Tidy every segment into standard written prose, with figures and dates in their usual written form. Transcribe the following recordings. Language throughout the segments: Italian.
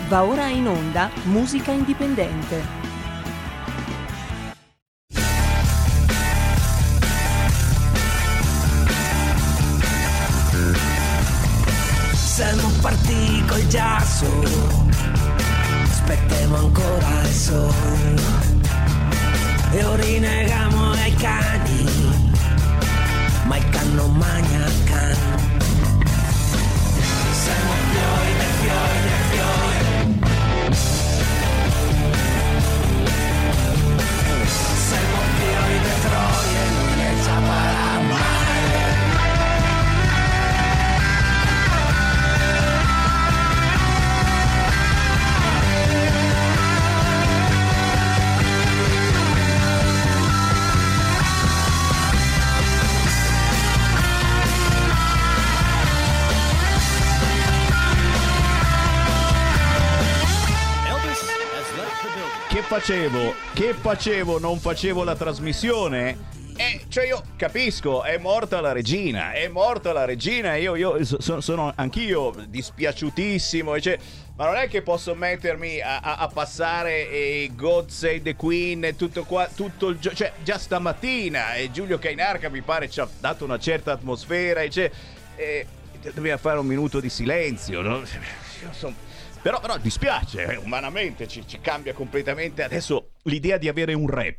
Va ora in onda Musica Indipendente. Siamo partiti col giasso, aspettiamo ancora il sole e orinegamo ai cani, ma il can non magna il can. Siamo fiori dei fiori dei fiori, siamo fiori dei troie, non ne saprà mai. Che facevo? Non facevo la trasmissione? Cioè io capisco, è morta la regina, io sono anch'io dispiaciutissimo, cioè, ma non è che posso mettermi a passare God Save the Queen e tutto qua, tutto il giorno, cioè già stamattina Giulio Cainarca mi pare ci ha dato una certa atmosfera, cioè, dobbiamo fare un minuto di silenzio, no? Però dispiace, umanamente ci cambia completamente adesso l'idea di avere un re,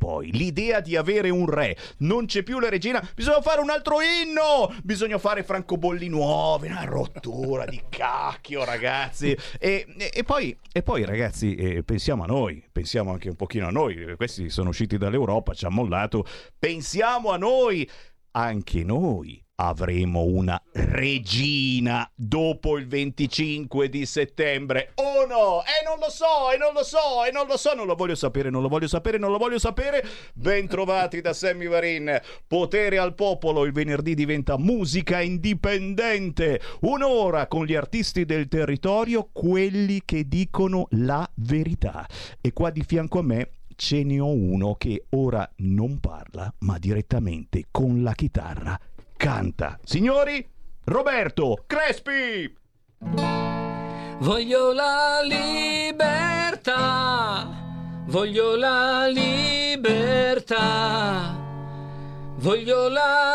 non c'è più la regina, bisogna fare un altro inno, bisogna fare francobolli nuovi, una rottura di cacchio, ragazzi, e poi ragazzi, pensiamo a noi, pensiamo anche un pochino a noi, questi sono usciti dall'Europa, ci ha mollato, pensiamo a noi, anche noi avremo una regina dopo il 25 di settembre. Oh no! Non lo so, non lo voglio sapere. Ben trovati da Sammy Varin. Potere al popolo, il venerdì diventa musica indipendente. Un'ora con gli artisti del territorio, quelli che dicono la verità. E qua di fianco a me ce ne ho uno che ora non parla, ma direttamente con la chitarra canta. Signori, Roberto Crespi! Voglio la libertà, voglio la libertà, voglio la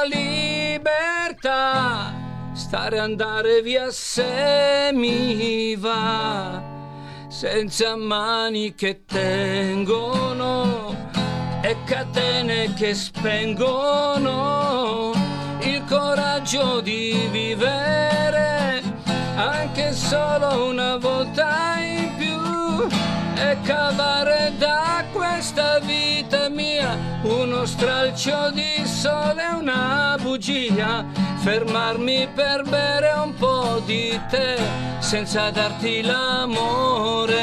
libertà, stare, andare via se mi va, senza mani che tengono e catene che spengono il coraggio di vivere anche solo una volta in più e cavare da questa vita mia uno stralcio di sole e una bugia, fermarmi per bere un po' di tè senza darti l'amore.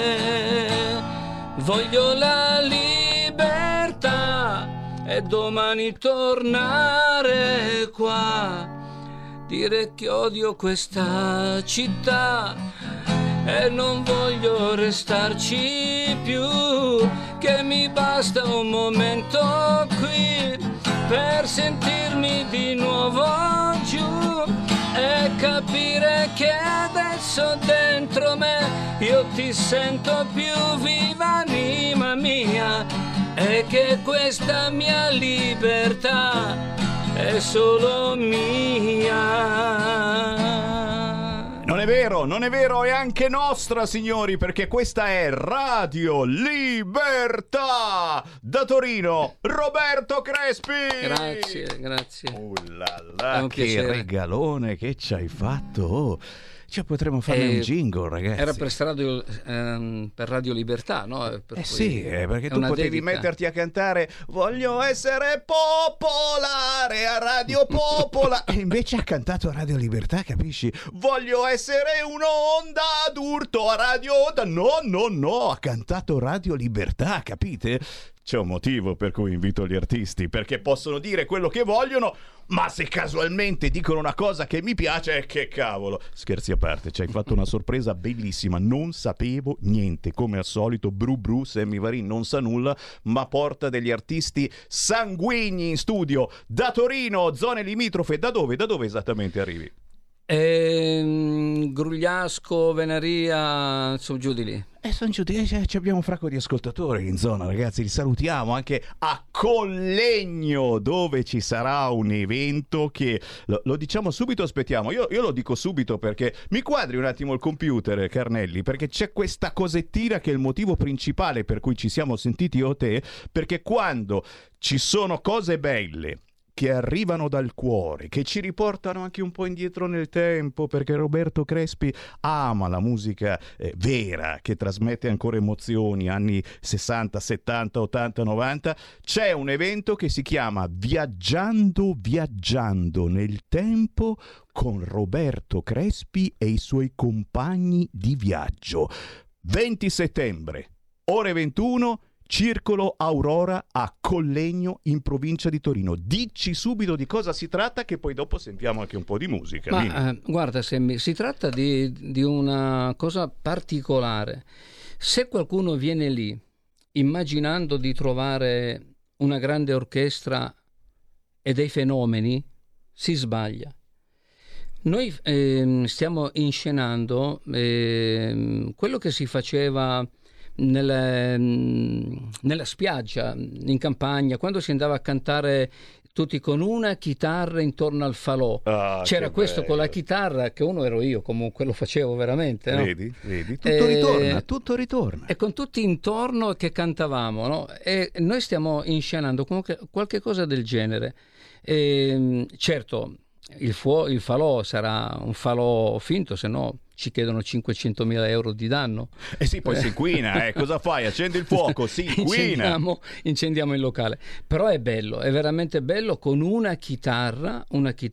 Voglio la libertà e domani tornare qua, dire che odio questa città e non voglio restarci più, che mi basta un momento qui per sentirmi di nuovo giù e capire che adesso dentro me io ti sento più viva, anima mia, e che questa mia libertà è solo mia. Non è vero, è anche nostra, signori, perché questa è Radio Libertà. Da Torino, Roberto Crespi. Grazie. Oh là là, che piacere. Regalone che ci hai fatto. Oh. Cioè, potremmo fare un jingle, ragazzi. Era per Radio Libertà, no? Sì, perché tu potevi metterti a cantare voglio essere popolare a Radio Popola e invece ha cantato a Radio Libertà, capisci? Voglio essere un'onda d'urto a Radio Onda. No, ha cantato Radio Libertà, capite? C'è un motivo per cui invito gli artisti, perché possono dire quello che vogliono, ma se casualmente dicono una cosa che mi piace, che cavolo. Scherzi a parte, ci hai fatto una sorpresa bellissima, non sapevo niente, come al solito Sammy Varin non sa nulla, ma porta degli artisti sanguigni in studio, da Torino, zone limitrofe. Da dove esattamente arrivi? Grugliasco, Venaria, su giù di lì. Abbiamo un fracco di ascoltatori in zona, ragazzi, li salutiamo anche a Collegno, dove ci sarà un evento che lo diciamo subito, aspettiamo, io lo dico subito perché mi quadri un attimo il computer, Carnelli, perché c'è questa cosettina che è il motivo principale per cui ci siamo sentiti io e te, perché quando ci sono cose belle che arrivano dal cuore, che ci riportano anche un po' indietro nel tempo, perché Roberto Crespi ama la musica vera, che trasmette ancora emozioni, anni 60, 70, 80, 90. C'è un evento che si chiama Viaggiando nel tempo con Roberto Crespi e i suoi compagni di viaggio. 20 settembre, ore 21, Circolo Aurora a Collegno in provincia di Torino. Dici subito di cosa si tratta, che poi dopo sentiamo anche un po' di musica. Guarda Sammy, si tratta di una cosa particolare. Se qualcuno viene lì immaginando di trovare una grande orchestra e dei fenomeni, si sbaglia. Noi stiamo inscenando quello che si faceva nella spiaggia, in campagna, quando si andava a cantare tutti con una chitarra intorno al falò. C'era questo bello con la chitarra, che uno ero io, comunque lo facevo veramente, no? Vedi? Tutto ritorna. E con tutti intorno che cantavamo, no? E noi stiamo inscenando comunque qualche cosa del genere. Certo, il falò sarà un falò finto, se no ci chiedono 500.000 euro di danno. Sì, poi si inquina, cosa fai? Accendi il fuoco, si inquina. Incendiamo il locale. Però è bello, è veramente bello, con una chitarra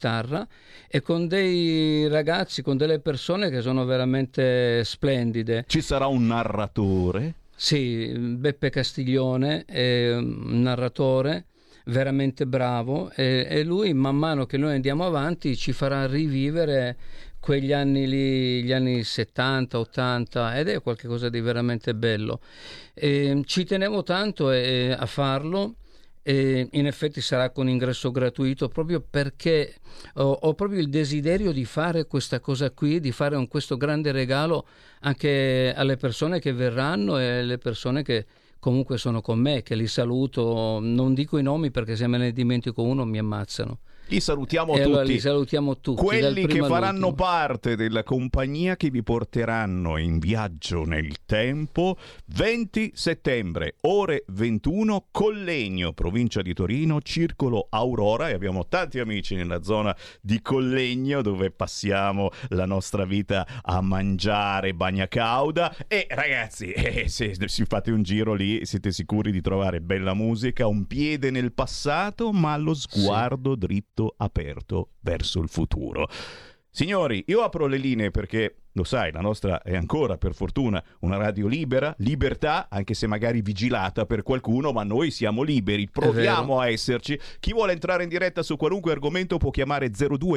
e con dei ragazzi, con delle persone che sono veramente splendide. Ci sarà un narratore? Sì, Beppe Castiglione è un narratore veramente bravo, e lui, man mano che noi andiamo avanti, ci farà rivivere quegli anni lì, gli anni 70, 80, ed è qualcosa di veramente bello. Ci tenevo tanto a farlo, e in effetti sarà con ingresso gratuito, proprio perché ho proprio il desiderio di fare questa cosa qui, di fare questo grande regalo anche alle persone che verranno e alle persone che comunque sono con me, che li saluto. Non dico i nomi perché se me ne dimentico uno mi ammazzano. Li salutiamo tutti. Allora li salutiamo tutti. Quelli che faranno parte della compagnia che vi porteranno in viaggio nel tempo. 20 settembre, ore 21, Collegno, provincia di Torino, Circolo Aurora, e abbiamo tanti amici nella zona di Collegno dove passiamo la nostra vita a mangiare bagna cauda. E ragazzi, se fate un giro lì siete sicuri di trovare bella musica, un piede nel passato ma lo sguardo dritto aperto verso il futuro. Signori, io apro le linee perché, lo sai, la nostra è ancora, per fortuna, una radio libera, libertà, anche se magari vigilata per qualcuno, ma noi siamo liberi, proviamo a esserci. Chi vuole entrare in diretta su qualunque argomento può chiamare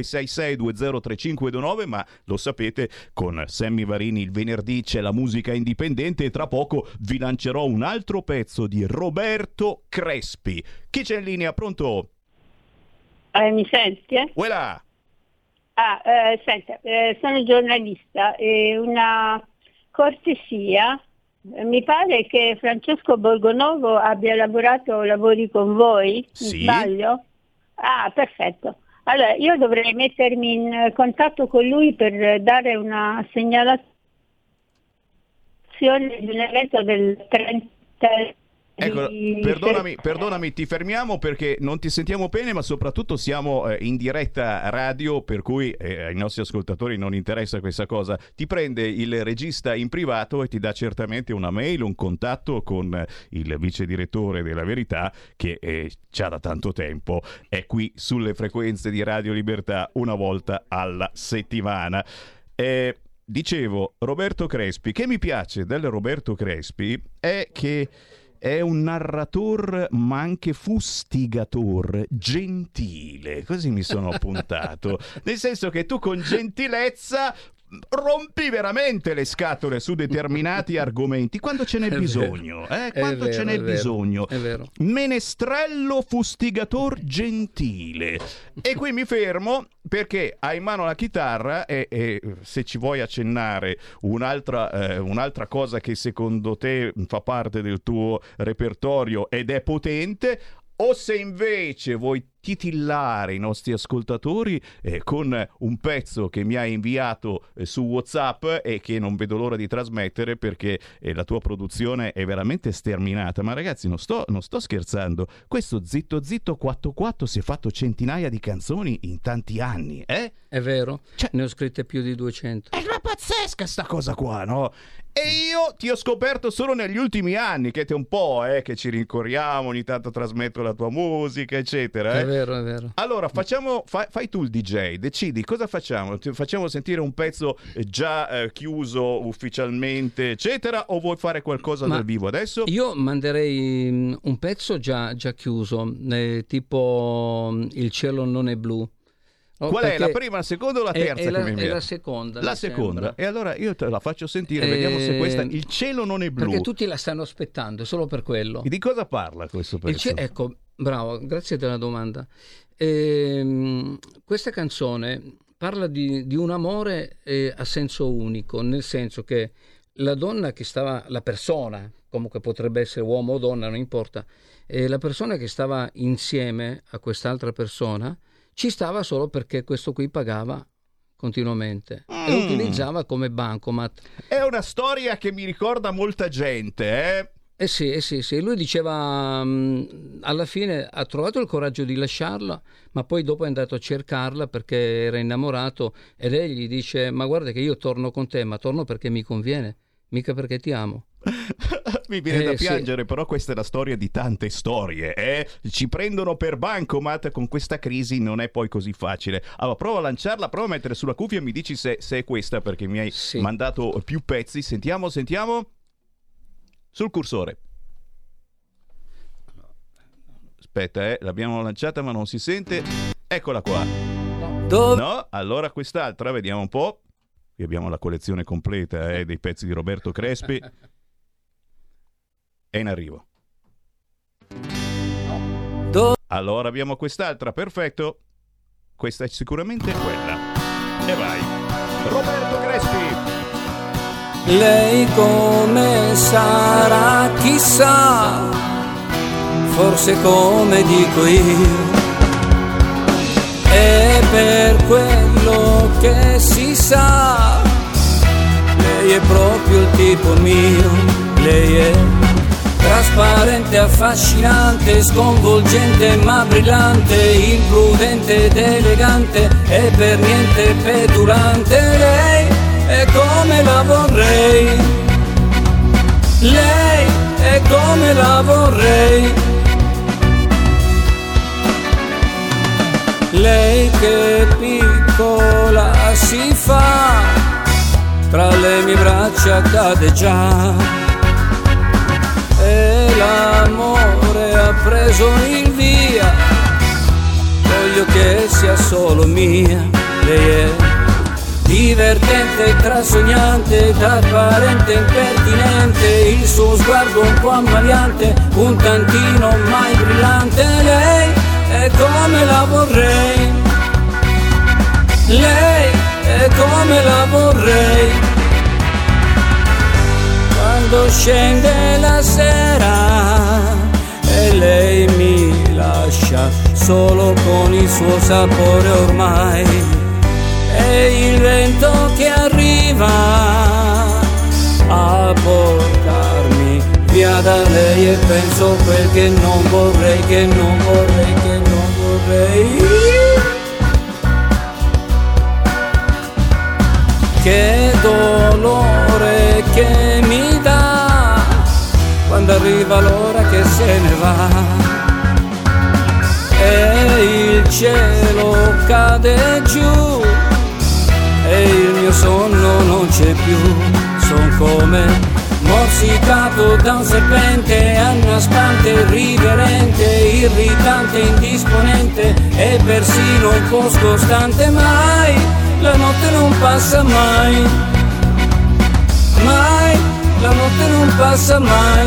0266203529, ma lo sapete, con Sammy Varini il venerdì c'è la musica indipendente e tra poco vi lancerò un altro pezzo di Roberto Crespi. Chi c'è in linea? Pronto? Mi senti? Voilà. Senta, sono giornalista e una cortesia. Mi pare che Francesco Borgonovo abbia lavori con voi, sì. Mi sbaglio? Perfetto. Allora, io dovrei mettermi in contatto con lui per dare una segnalazione di un evento del 30. Ecco, perdonami, ti fermiamo perché non ti sentiamo bene, ma soprattutto siamo in diretta radio, per cui ai nostri ascoltatori non interessa questa cosa. Ti prende il regista in privato e ti dà certamente una mail, un contatto con il vice direttore della Verità che c'ha da tanto tempo, è qui sulle frequenze di Radio Libertà una volta alla settimana. Dicevo, Roberto Crespi, che mi piace del Roberto Crespi è che è un narrator ma anche fustigator, gentile, così mi sono appuntato, nel senso che tu con gentilezza rompi veramente le scatole su determinati argomenti quando ce n'è bisogno, quando ce n'è bisogno. È vero. Menestrello fustigator gentile. E qui mi fermo perché hai in mano la chitarra e se ci vuoi accennare un'altra cosa che secondo te fa parte del tuo repertorio ed è potente, o se invece vuoi titillare i nostri ascoltatori con un pezzo che mi hai inviato su WhatsApp e che non vedo l'ora di trasmettere perché la tua produzione è veramente sterminata. Ma ragazzi, non sto scherzando, questo Zitto Zitto 4 si è fatto centinaia di canzoni in tanti anni, È vero, cioè, ne ho scritte più di 200. È una pazzesca sta cosa qua, no? E io ti ho scoperto solo negli ultimi anni, che è un po' che ci rincorriamo, ogni tanto trasmetto la tua musica, eccetera. È vero, è vero. Allora, fai tu il DJ, decidi cosa facciamo? Ti facciamo sentire un pezzo già chiuso ufficialmente, eccetera, o vuoi fare qualcosa dal vivo adesso? Io manderei un pezzo già chiuso, tipo Il cielo non è blu. Qual è? La prima, la seconda o la terza? È la seconda. La seconda. Sembra. E allora io te la faccio sentire, vediamo se questa... Il cielo non è blu. Perché tutti la stanno aspettando, solo per quello. E di cosa parla questo pezzo? Ecco, bravo, grazie della domanda. Questa canzone parla di un amore a senso unico, nel senso che la donna che stava, la persona, comunque potrebbe essere uomo o donna, non importa, la persona che stava insieme a quest'altra persona ci stava solo perché questo qui pagava continuamente e lo utilizzava come bancomat. È una storia che mi ricorda molta gente, Sì. Lui diceva alla fine ha trovato il coraggio di lasciarla, ma poi dopo è andato a cercarla perché era innamorato e lei gli dice: ma guarda che io torno con te, ma torno perché mi conviene, mica perché ti amo. Mi viene da piangere, sì. Però questa è la storia di tante storie, Ci prendono per bancomat, con questa crisi non è poi così facile. Allora prova a lanciarla, prova a mettere sulla cuffia e mi dici se è questa, perché mi hai mandato più pezzi. Sentiamo sul cursore. Aspetta, l'abbiamo lanciata ma non si sente. Eccola qua. No, allora quest'altra, vediamo un po'. Qui abbiamo la collezione completa dei pezzi di Roberto Crespi. È in arrivo. Allora abbiamo quest'altra, perfetto. Questa è sicuramente quella. E vai. Roberto Crespi. Lei come sarà, chissà, forse come dico io. E per quello che si sa, lei è proprio il tipo mio. Lei è trasparente, affascinante, sconvolgente ma brillante, imprudente ed elegante e per niente petulante. Lei è come la vorrei, lei è come la vorrei. Lei che piccola si fa, tra le mie braccia cade già, e l'amore ha preso il via, voglio che sia solo mia. Lei è divertente, trasognante, trasparente, impertinente, il suo sguardo un po' ammaliante, un tantino mai brillante. Lei è come la vorrei, lei è come la vorrei. Quando scende la sera e lei mi lascia solo con il suo sapore ormai, e il vento che arriva a portarmi via da lei, e penso quel che non vorrei, che non vorrei, che non vorrei. Che dolore che mi dà quando arriva l'ora che se ne va e il cielo cade giù e il mio sonno non c'è più. Son come morsicato da un serpente, annaspante, irriverente, irritante, indisponente e persino un po' scostante. Mai la notte non passa mai, mai, la notte non passa mai.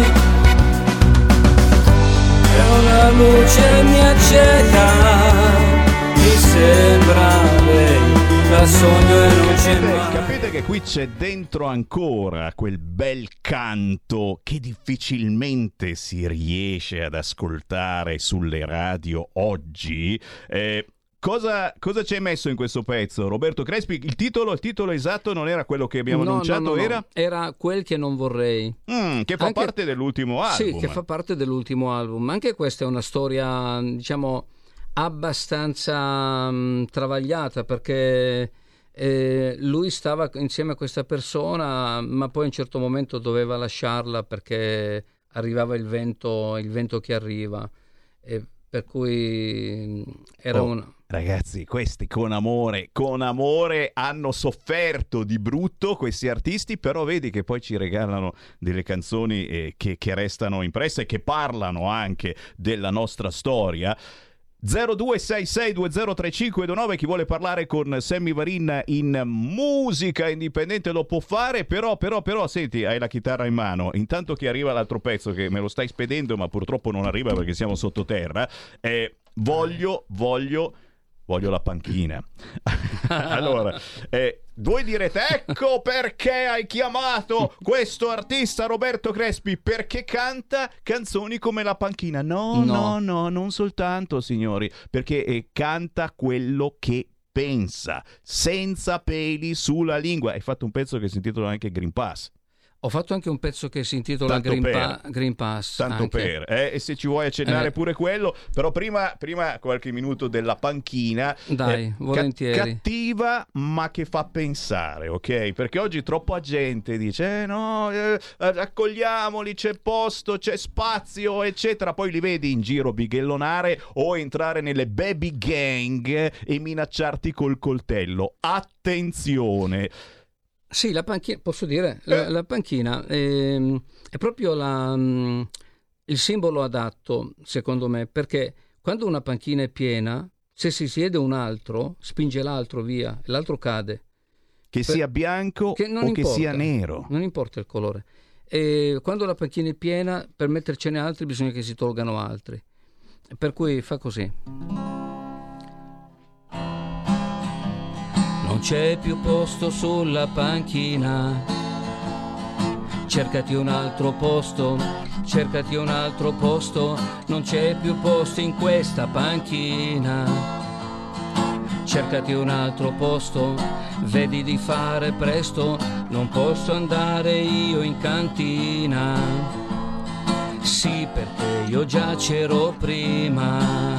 E una luce mi accetta, mi sembra lei, la sogno e non c'è mai. Capite che qui c'è dentro ancora quel bel canto che difficilmente si riesce ad ascoltare sulle radio oggi. Cosa ci hai messo in questo pezzo, Roberto Crespi? Il titolo esatto non era quello che abbiamo annunciato? No. Era Quel che non vorrei. Che fa parte dell'ultimo album. Sì, che fa parte dell'ultimo album. Anche questa è una storia, diciamo, abbastanza travagliata, perché lui stava insieme a questa persona, ma poi a un certo momento doveva lasciarla perché arrivava il vento che arriva, e per cui era Ragazzi, questi con amore hanno sofferto di brutto, questi artisti, però vedi che poi ci regalano delle canzoni che restano impresse e che parlano anche della nostra storia. 0266203529, chi vuole parlare con Sammy Varin in musica indipendente lo può fare, però senti, hai la chitarra in mano, intanto che arriva l'altro pezzo che me lo stai spedendo ma purtroppo non arriva perché siamo sottoterra, voglio la panchina. Allora, voi direte, ecco perché hai chiamato questo artista Roberto Crespi, perché canta canzoni come La panchina. No, non soltanto, signori, perché canta quello che pensa, senza peli sulla lingua. Hai fatto un pezzo che si intitola anche Green Pass. Ho fatto anche un pezzo che si intitola Green Pass. Tanto anche. E se ci vuoi accennare pure quello, però prima qualche minuto della panchina. Dai, volentieri. Cattiva ma che fa pensare, ok? Perché oggi troppa gente dice accogliamoli, c'è posto, c'è spazio, eccetera. Poi li vedi in giro bighellonare o entrare nelle baby gang e minacciarti col coltello. Attenzione! Sì, la panchina, posso dire, la panchina è proprio il simbolo adatto, secondo me, perché quando una panchina è piena, se si siede un altro, spinge l'altro via e l'altro cade. Che sia bianco o che sia nero. Non importa il colore. E quando la panchina è piena, per mettercene altri bisogna che si tolgano altri. Per cui fa così. Non c'è più posto sulla panchina, cercati un altro posto, non c'è più posto in questa panchina, cercati un altro posto, vedi di fare presto, non posso andare io in cantina, sì perché io già c'ero prima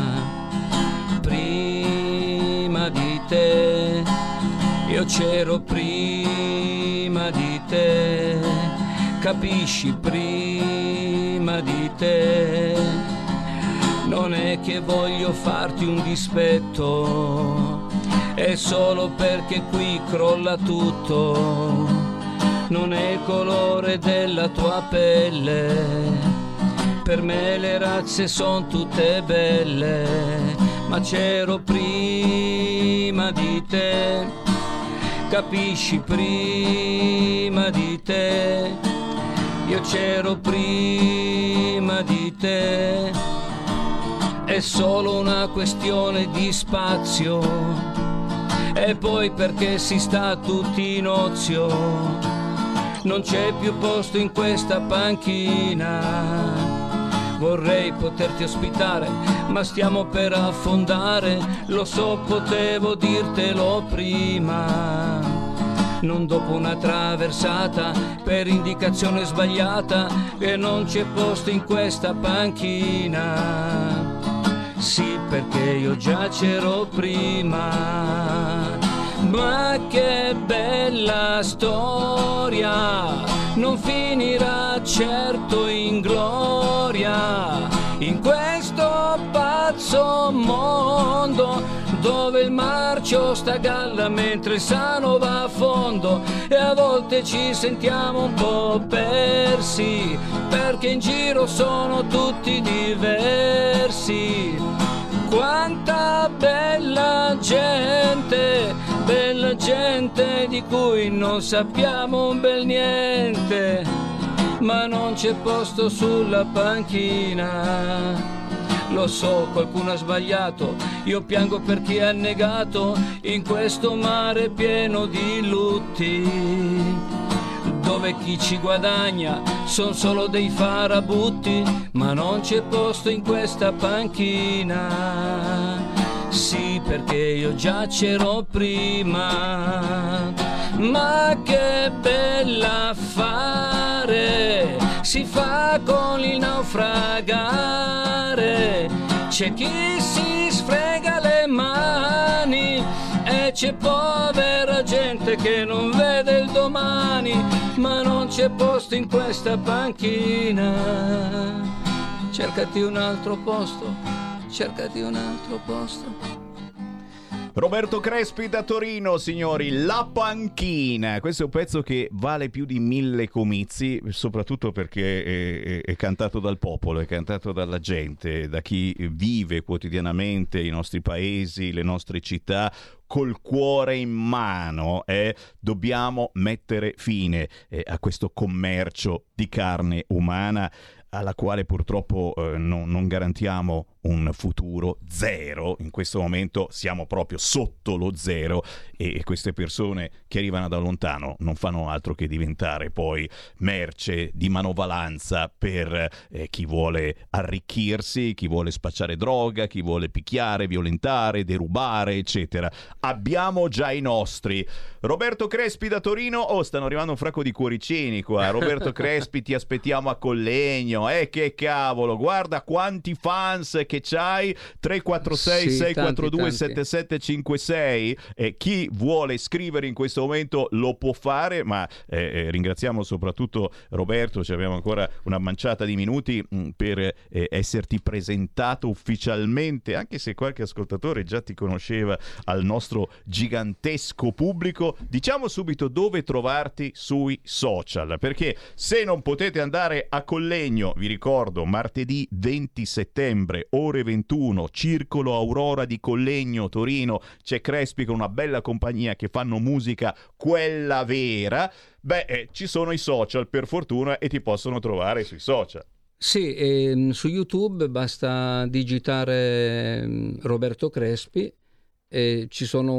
di te. Io c'ero prima di te, capisci, prima di te. Non è che voglio farti un dispetto, è solo perché qui crolla tutto. Non è il colore della tua pelle, per me le razze son tutte belle, ma c'ero prima di te. Capisci, prima di te, io c'ero prima di te, è solo una questione di spazio, e poi perché si sta tutti in ozio, non c'è più posto in questa panchina. Vorrei poterti ospitare, ma stiamo per affondare, lo so, potevo dirtelo prima, non dopo una traversata per indicazione sbagliata, che non c'è posto in questa panchina. Sì, perché io già c'ero prima. Ma che bella storia, non finirà certo in gloria, in questo pazzo mondo dove il marcio sta a galla mentre il sano va a fondo, e a volte ci sentiamo un po' persi perché in giro sono tutti diversi. Quanta bella gente bella gente di cui non sappiamo un bel niente, ma non c'è posto sulla panchina. Lo so, qualcuno ha sbagliato, io piango per chi ha negato in questo mare pieno di lutti, dove chi ci guadagna son solo dei farabutti, ma non c'è posto in questa panchina. Sì, perché io già c'ero prima, ma che bell'affare si fa con il naufragare. C'è chi si sfrega le mani e c'è povera gente che non vede il domani, ma non c'è posto in questa panchina. Cercati un altro posto, cercati un altro posto. Roberto Crespi da Torino, signori, La Panchina. Questo è un pezzo che vale più di 1000 comizi, soprattutto perché è cantato dal popolo, è cantato dalla gente, da chi vive quotidianamente i nostri paesi, le nostre città, col cuore in mano. Dobbiamo mettere fine a questo commercio di carne umana, alla quale purtroppo non garantiamo un futuro zero. In questo momento siamo proprio sotto lo zero e queste persone che arrivano da lontano non fanno altro che diventare poi merce di manovalanza per chi vuole arricchirsi, chi vuole spacciare droga, chi vuole picchiare, violentare, derubare, eccetera. Abbiamo già i nostri. Roberto Crespi da Torino, stanno arrivando un fracco di cuoricini qua. Roberto Crespi, ti aspettiamo a Collegno. Che cavolo, guarda quanti fans che c'hai. 346 642 7756. Chi vuole scrivere in questo momento lo può fare, ma ringraziamo soprattutto Roberto, ci abbiamo ancora una manciata di minuti per esserti presentato ufficialmente, anche se qualche ascoltatore già ti conosceva, al nostro gigantesco pubblico. Diciamo subito dove trovarti sui social, perché se non potete andare a Collegno, vi ricordo, martedì 20 settembre, ore 21, Circolo Aurora di Collegno, Torino, c'è Crespi con una bella compagnia che fanno musica quella vera. Ci sono i social per fortuna e ti possono trovare sui social. Sì, su YouTube basta digitare Roberto Crespi e ci sono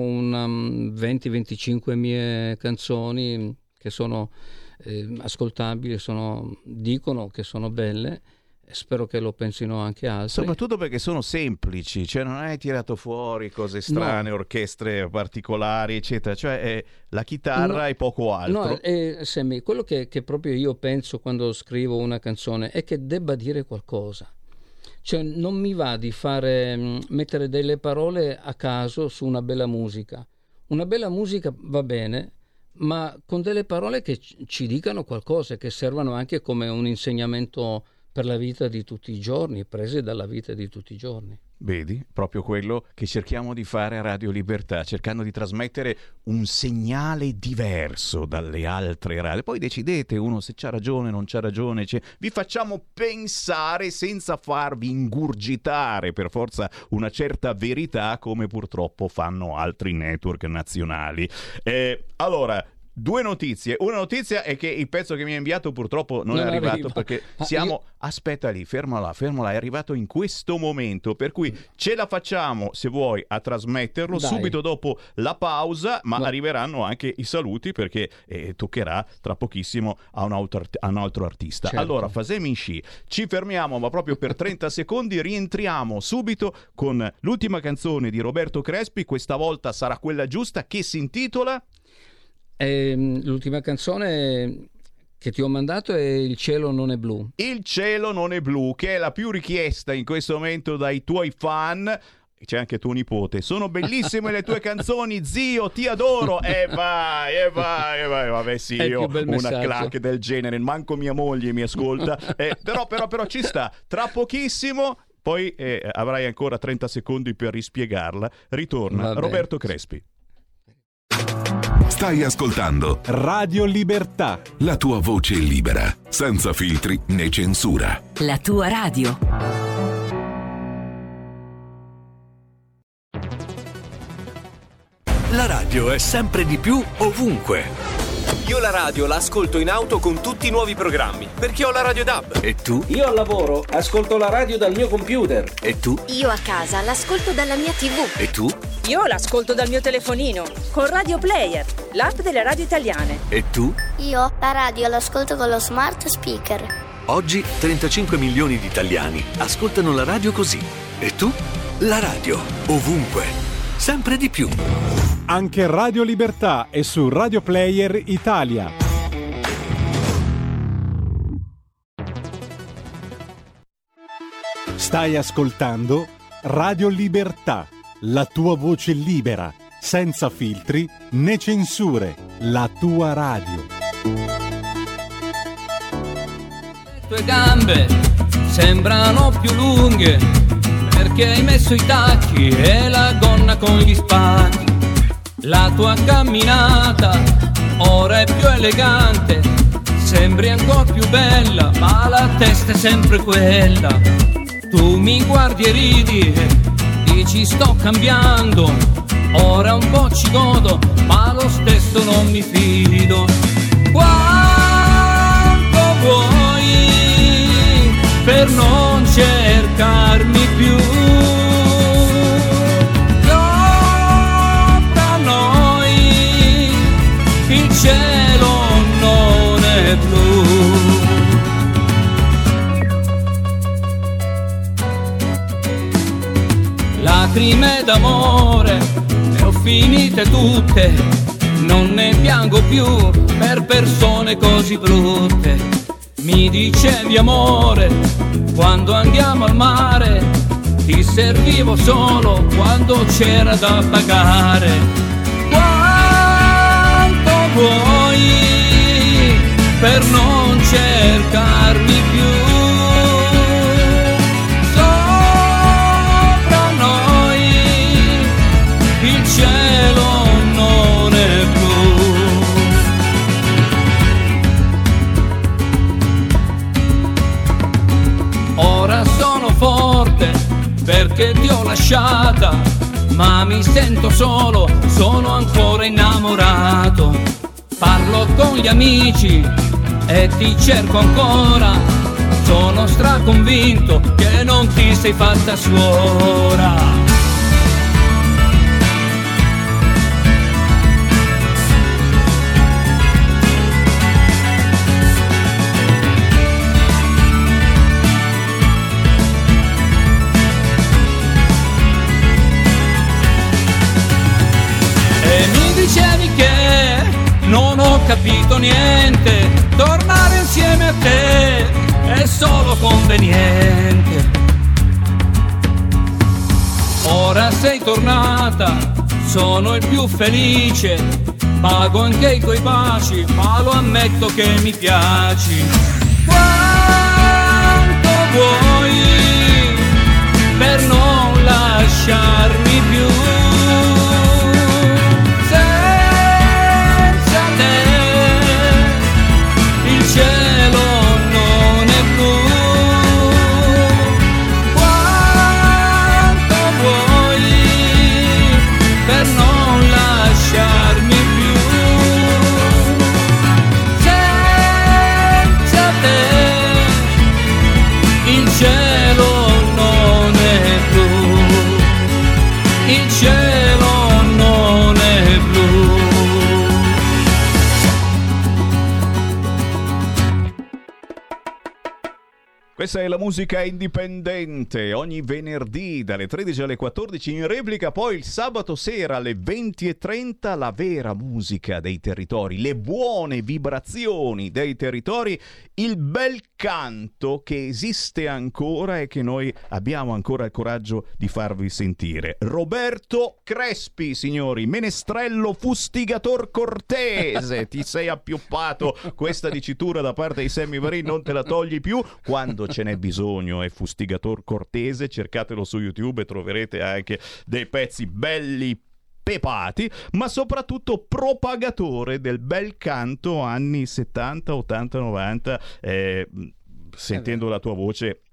20-25 mie canzoni che sono ascoltabili, dicono che sono belle. Spero che lo pensino anche altri. Soprattutto perché sono semplici, cioè non hai tirato fuori cose strane, no, orchestre particolari, eccetera, cioè è la chitarra e poco altro. No, Sammy, quello che proprio io penso quando scrivo una canzone è che debba dire qualcosa. Cioè non mi va di mettere delle parole a caso su una bella musica. Una bella musica va bene, ma con delle parole che ci dicano qualcosa, che servano anche come un insegnamento per la vita di tutti i giorni, prese dalla vita di tutti i giorni. Vedi, proprio quello che cerchiamo di fare a Radio Libertà, cercando di trasmettere un segnale diverso dalle altre radio. Poi decidete uno se c'ha ragione, non c'ha ragione, vi facciamo pensare senza farvi ingurgitare per forza una certa verità, come purtroppo fanno altri network nazionali. Allora, due notizie. Una notizia è che il pezzo che mi ha inviato purtroppo non è arrivato, perché siamo... Aspetta lì, fermala, è arrivato in questo momento, per cui ce la facciamo, se vuoi, a trasmetterlo subito dopo la pausa, ma arriveranno anche i saluti, perché toccherà tra pochissimo a un altro artista. Certo. Allora, Fasemi Sci, ci fermiamo, ma proprio per 30 secondi, rientriamo subito con l'ultima canzone di Roberto Crespi, questa volta sarà quella giusta, che si intitola... l'ultima canzone che ti ho mandato è Il cielo non è blu. Il cielo non è blu, che è la più richiesta in questo momento dai tuoi fan. C'è anche tuo nipote. Sono bellissime le tue canzoni, zio, ti adoro. Vai. Vabbè, sì, io una clac del genere, manco mia moglie mi ascolta. Però ci sta. Tra pochissimo, poi avrai ancora 30 secondi per rispiegarla. Ritorna Roberto Crespi. Stai ascoltando Radio Libertà, la tua voce libera, senza filtri né censura. La tua radio. La radio radio è sempre di più ovunque. Io la radio la ascolto in auto con tutti i nuovi programmi, perché ho la radio DAB. E tu? Io al lavoro ascolto la radio dal mio computer. E tu? Io a casa l'ascolto dalla mia TV. E tu? Io l'ascolto dal mio telefonino, con Radio Player, l'app delle radio italiane. E tu? Io la radio l'ascolto con lo smart speaker. Oggi 35 milioni di italiani ascoltano la radio così. E tu? La radio, ovunque, sempre di più. Anche Radio Libertà è su Radio Player Italia. Stai ascoltando Radio Libertà, la tua voce libera, senza filtri né censure, la tua radio. Le tue gambe sembrano più lunghe perché hai messo i tacchi e la gonna con gli spacchi. La tua camminata ora è più elegante, sembri ancora più bella, ma la testa è sempre quella. Tu mi guardi e ridi, dici sto cambiando, ora un po' ci godo, ma lo stesso non mi fido. Quanto vuoi per non cercarmi più? Il cielo non è blu. Lacrime d'amore le ho finite tutte, non ne piango più per persone così brutte. Mi dicevi amore quando andiamo al mare, ti servivo solo quando c'era da pagare. Vuoi per non cercarmi più? Sopra noi il cielo non è blu. Ora sono forte perché ti ho lasciata, ma mi sento solo, sono ancora innamorato. Parlo con gli amici e ti cerco ancora, sono straconvinto che non ti sei fatta suora. E mi dicevi che non ho capito niente, tornare insieme a te è solo conveniente. Ora sei tornata, sono il più felice, pago anche i tuoi baci, ma lo ammetto che mi piaci. Quanto vuoi per non lasciarmi più? Il cielo non è blu. Quanto vuoi per non lasciarmi più? Senza te il cielo non è blu. Il cielo non è blu. Questa è la musica indipendente, ogni venerdì dalle 13 alle 14, in replica poi il sabato sera alle 20:30, la vera musica dei territori, le buone vibrazioni dei territori, il bel canto che esiste ancora e che noi abbiamo ancora il coraggio di farvi sentire. Roberto Crespi, signori, menestrello fustigator cortese, ti sei appioppato, questa dicitura da parte di Sammy Varin non te la togli più. Quando ce n'è bisogno è fustigator cortese, cercatelo su YouTube e troverete anche dei pezzi belli pepati, ma soprattutto propagatore del bel canto anni 70, 80, 90. Sentendo la tua voce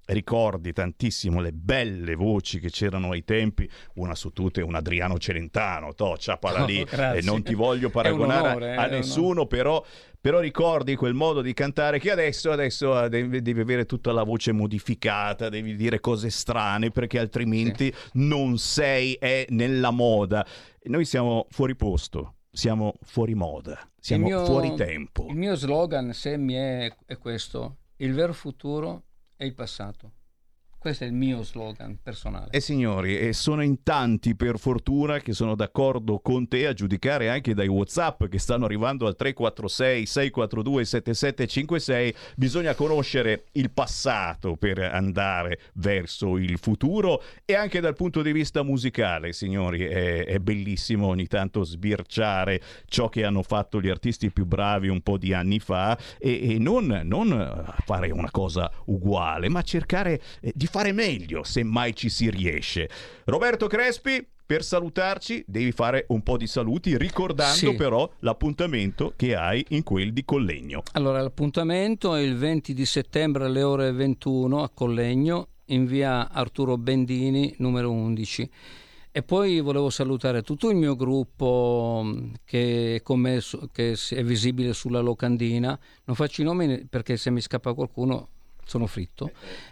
ricordi tantissimo le belle voci che c'erano ai tempi, una su tutte un Adriano Celentano, ciapala lì, e non ti voglio paragonare a nessuno, però ricordi quel modo di cantare che adesso devi avere tutta la voce modificata, devi dire cose strane perché altrimenti non sei nella moda. Noi siamo fuori posto, siamo fuori moda, siamo fuori tempo. Il mio slogan, Sammy, è questo: il vero futuro è il passato. Questo è il mio slogan personale. E signori, sono in tanti per fortuna che sono d'accordo con te, a giudicare anche dai WhatsApp che stanno arrivando al 346 642 7756. Bisogna conoscere il passato per andare verso il futuro, e anche dal punto di vista musicale, signori, è bellissimo ogni tanto sbirciare ciò che hanno fatto gli artisti più bravi un po' di anni fa e non fare una cosa uguale, ma cercare di fare meglio, se mai ci si riesce. Roberto Crespi, per salutarci devi fare un po' di saluti, ricordando però l'appuntamento che hai in quel di Collegno. Allora, l'appuntamento è il 20 di settembre alle ore 21 a Collegno, in via Arturo Bendini numero 11. E poi volevo salutare tutto il mio gruppo che è con me, che è visibile sulla locandina. Non faccio i nomi perché se mi scappa qualcuno sono fritto.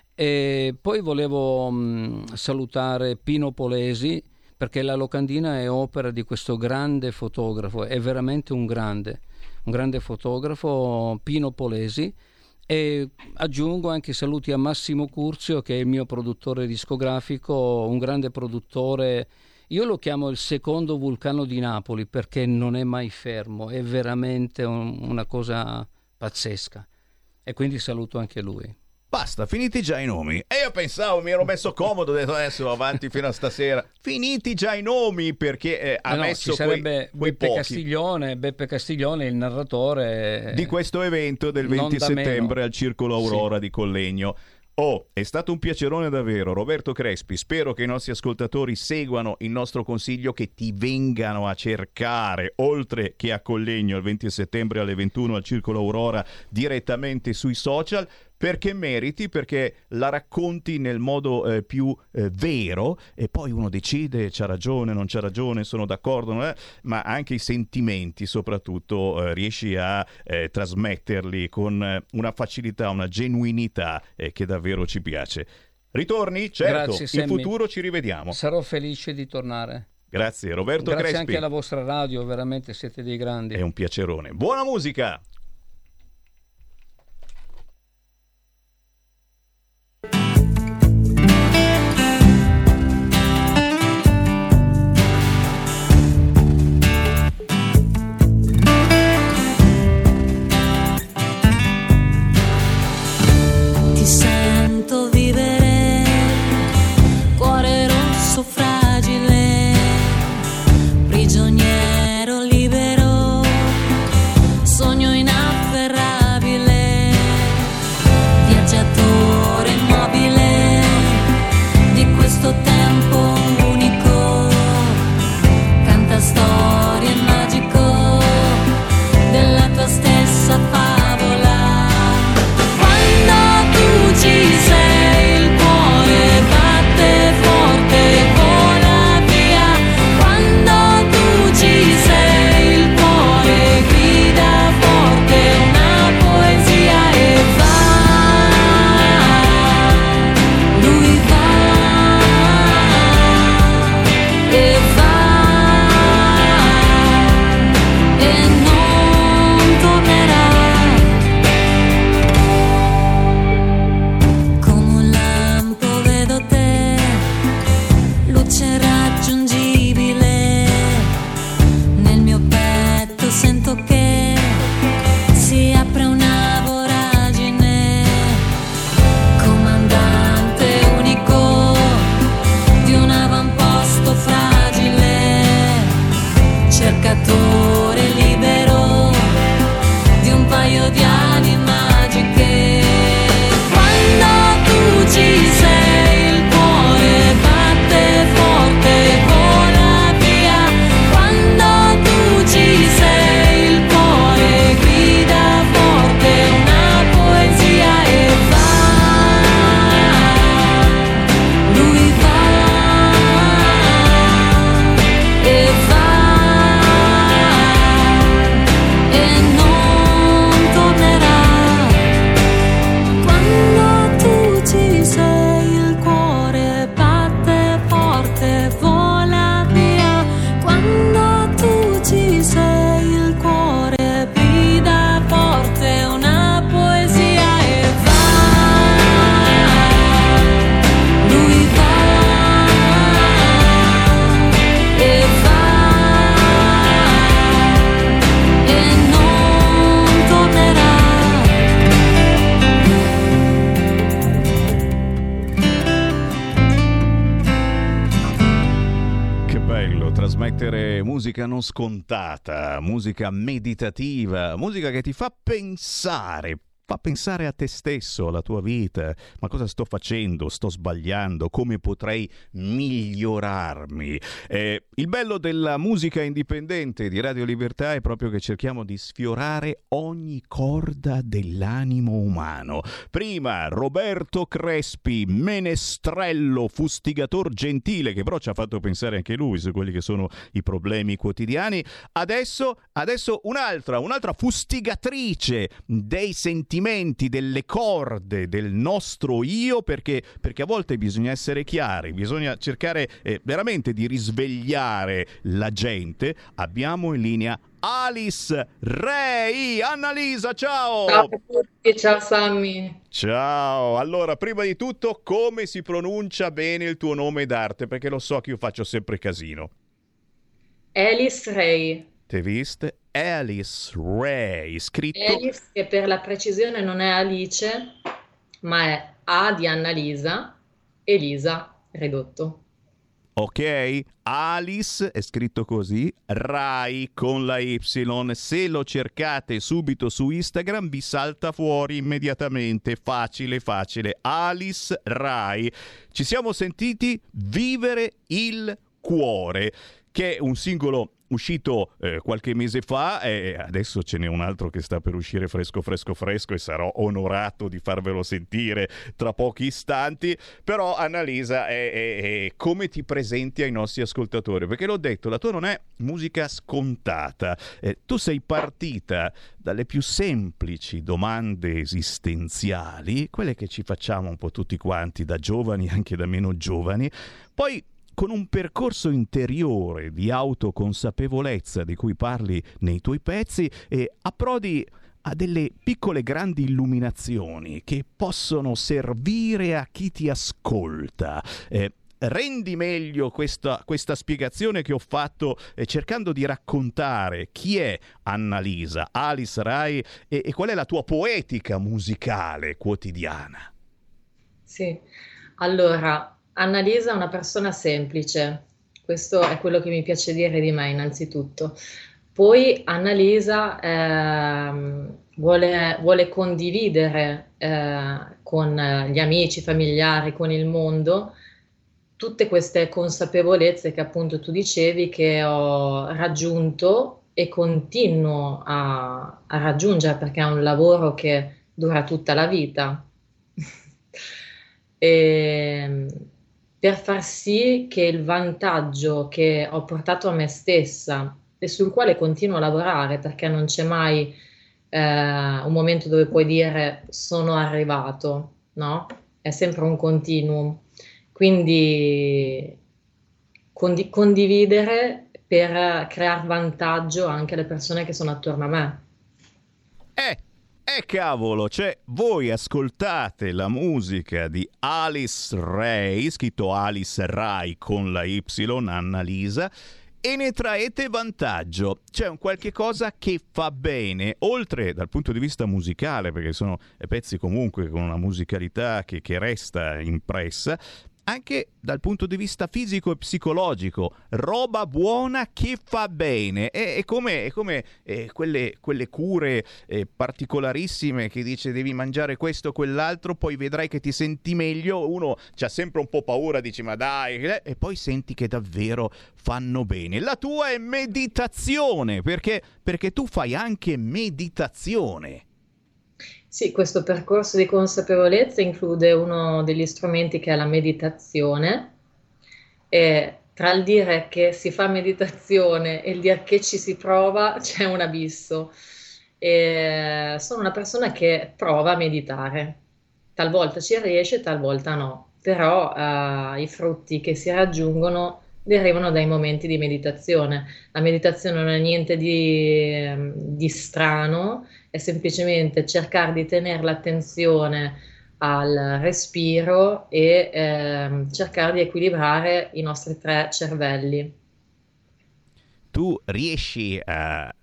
E poi volevo salutare Pino Polesi, perché la locandina è opera di questo grande fotografo, è veramente un grande fotografo, Pino Polesi. E aggiungo anche saluti a Massimo Curzio, che è il mio produttore discografico, un grande produttore. Io lo chiamo il secondo Vulcano di Napoli perché non è mai fermo, è veramente una cosa pazzesca, e quindi saluto anche lui. Basta, finiti già i nomi. E io pensavo, mi ero messo comodo, ho detto adesso avanti fino a stasera. Finiti già i nomi, perché ha messo ci sarebbe Beppe Castiglione, il narratore di questo evento del 20 settembre al Circolo Aurora di Collegno. È stato un piacerone davvero, Roberto Crespi. Spero che i nostri ascoltatori seguano il nostro consiglio, che ti vengano a cercare, oltre che a Collegno il 20 settembre alle 21 al Circolo Aurora, direttamente sui social, perché meriti, perché la racconti nel modo più vero, e poi uno decide, c'ha ragione, non c'ha ragione, sono d'accordo, ma anche i sentimenti soprattutto riesci a trasmetterli con una facilità, una genuinità che davvero ci piace. Ritorni? Certo. Grazie, in futuro ci rivediamo. Sarò felice di tornare. Grazie Roberto Crespi. Grazie anche alla vostra radio, veramente siete dei grandi. È un piacerone. Buona musica! Ti sento vivere, cuore rosso fragile, prigioniero libero, sogno in musica non scontata, musica meditativa, musica che ti fa pensare a te stesso, alla tua vita. Ma cosa sto facendo? Sto sbagliando? Come potrei migliorarmi? Il bello della musica indipendente di Radio Libertà è proprio che cerchiamo di sfiorare ogni corda dell'animo umano. Prima Roberto Crespi, menestrello, fustigator gentile, che però ci ha fatto pensare anche lui su quelli che sono i problemi quotidiani. Adesso un'altra fustigatrice dei sentimenti, delle corde del nostro io, perché a volte bisogna essere chiari, bisogna cercare veramente di risvegliare la gente. Abbiamo in linea Alice Ray. Annalisa, ciao! Ciao a tutti, ciao Sammy. Ciao, allora prima di tutto come si pronuncia bene il tuo nome d'arte? Perché lo so che io faccio sempre casino. Alice Ray. Te viste? Alice Ray, scritto... Alice, che per la precisione non è Alice, ma è A di Annalisa, Elisa, ridotto. Ok, Alice è scritto così, Ray con la Y. Se lo cercate subito su Instagram vi salta fuori immediatamente, facile, Alice Ray. Ci siamo sentiti Vivere il cuore, che è un singolo uscito qualche mese fa, e adesso ce n'è un altro che sta per uscire fresco e sarò onorato di farvelo sentire tra pochi istanti. Però Annalisa, come ti presenti ai nostri ascoltatori? Perché l'ho detto, la tua non è musica scontata, tu sei partita dalle più semplici domande esistenziali, quelle che ci facciamo un po' tutti quanti, da giovani anche da meno giovani, poi con un percorso interiore di autoconsapevolezza di cui parli nei tuoi pezzi, e approdi a delle piccole grandi illuminazioni che possono servire a chi ti ascolta. Rendi meglio questa spiegazione che ho fatto cercando di raccontare chi è Annalisa, Alice Ray, e qual è la tua poetica musicale quotidiana. Sì, allora... Annalisa è una persona semplice, questo è quello che mi piace dire di me innanzitutto. Poi Annalisa vuole condividere con gli amici, familiari, con il mondo, tutte queste consapevolezze che appunto tu dicevi che ho raggiunto e continuo a raggiungere, perché è un lavoro che dura tutta la vita. Per far sì che il vantaggio che ho portato a me stessa e sul quale continuo a lavorare, perché non c'è mai un momento dove puoi dire sono arrivato, no? È sempre un continuum. Quindi condividere per creare vantaggio anche alle persone che sono attorno a me. Cavolo, cioè voi ascoltate la musica di Alice Ray, scritto Alice Ray con la Y, Annalisa, e ne traete vantaggio. C'è un qualche cosa che fa bene, oltre dal punto di vista musicale, perché sono pezzi comunque con una musicalità che resta impressa, anche dal punto di vista fisico e psicologico, roba buona che fa bene. È come quelle cure particolarissime che dice devi mangiare questo o quell'altro, poi vedrai che ti senti meglio. Uno c'ha sempre un po' paura, dice ma dai, e poi senti che davvero fanno bene. La tua è meditazione, perché tu fai anche meditazione. Sì, questo percorso di consapevolezza include uno degli strumenti che è la meditazione, e tra il dire che si fa meditazione e il dire che ci si prova c'è un abisso. Sono una persona che prova a meditare, talvolta ci riesce, talvolta no, però i frutti che si raggiungono derivano dai momenti di meditazione. La meditazione non è niente di strano, è semplicemente cercare di tenere l'attenzione al respiro e cercare di equilibrare i nostri 3 cervelli. Tu riesci a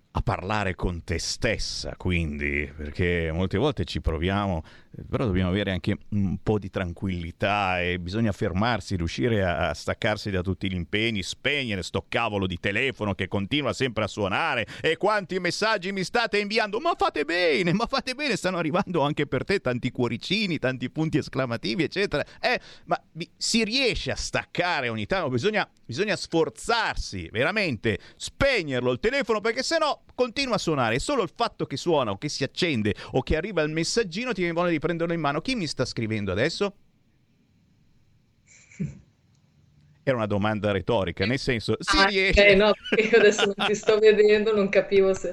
a parlare con te stessa, quindi, perché molte volte ci proviamo, però dobbiamo avere anche un po' di tranquillità e bisogna fermarsi, riuscire a staccarsi da tutti gli impegni, spegnere sto cavolo di telefono che continua sempre a suonare. E quanti messaggi mi state inviando? Ma fate bene, stanno arrivando anche per te tanti cuoricini, tanti punti esclamativi, eccetera. Ma si riesce a staccare ogni tanto, bisogna sforzarsi, veramente, spegnerlo il telefono, perché sennò continua a suonare. Solo il fatto che suona o che si accende o che arriva il messaggino ti viene voglia di prenderlo in mano. Chi mi sta scrivendo adesso? Era una domanda retorica, nel senso, si riesce... Ok, no, io adesso non ti sto vedendo, non capivo se...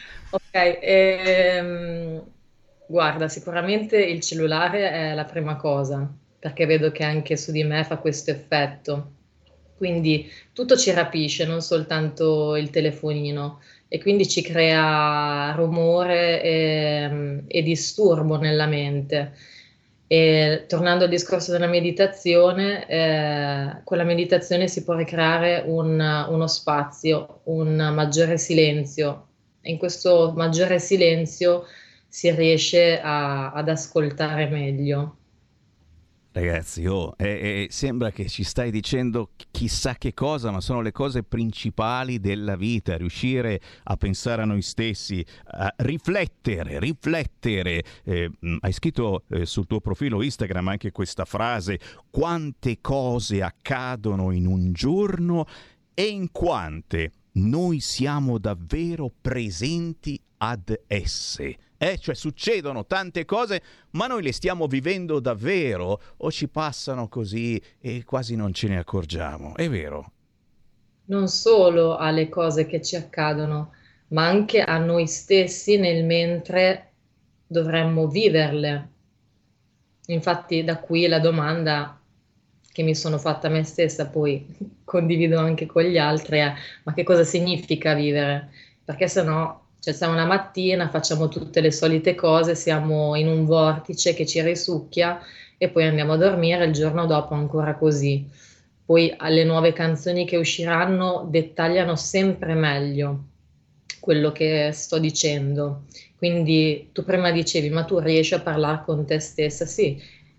Ok, guarda, sicuramente il cellulare è la prima cosa, perché vedo che anche su di me fa questo effetto. Quindi tutto ci rapisce, non soltanto il telefonino, e quindi ci crea rumore e disturbo nella mente. E tornando al discorso della meditazione, con la meditazione si può ricreare uno spazio, un maggiore silenzio. E in questo maggiore silenzio si riesce ad ascoltare meglio. Ragazzi, sembra che ci stai dicendo chissà che cosa, ma sono le cose principali della vita, riuscire a pensare a noi stessi, a riflettere. Hai scritto sul tuo profilo Instagram anche questa frase: quante cose accadono in un giorno e in quante noi siamo davvero presenti ad esse. Cioè succedono tante cose, ma noi le stiamo vivendo davvero o ci passano così e quasi non ce ne accorgiamo? È vero? Non solo alle cose che ci accadono, ma anche a noi stessi nel mentre dovremmo viverle. Infatti da qui la domanda che mi sono fatta a me stessa, poi condivido anche con gli altri, è: ma che cosa significa vivere? Perché se no... Cioè, se una mattina facciamo tutte le solite cose, siamo in un vortice che ci risucchia e poi andiamo a dormire il giorno dopo ancora così. Poi alle nuove canzoni che usciranno dettagliano sempre meglio quello che sto dicendo. Quindi tu prima dicevi, ma tu riesci a parlare con te stessa? Sì,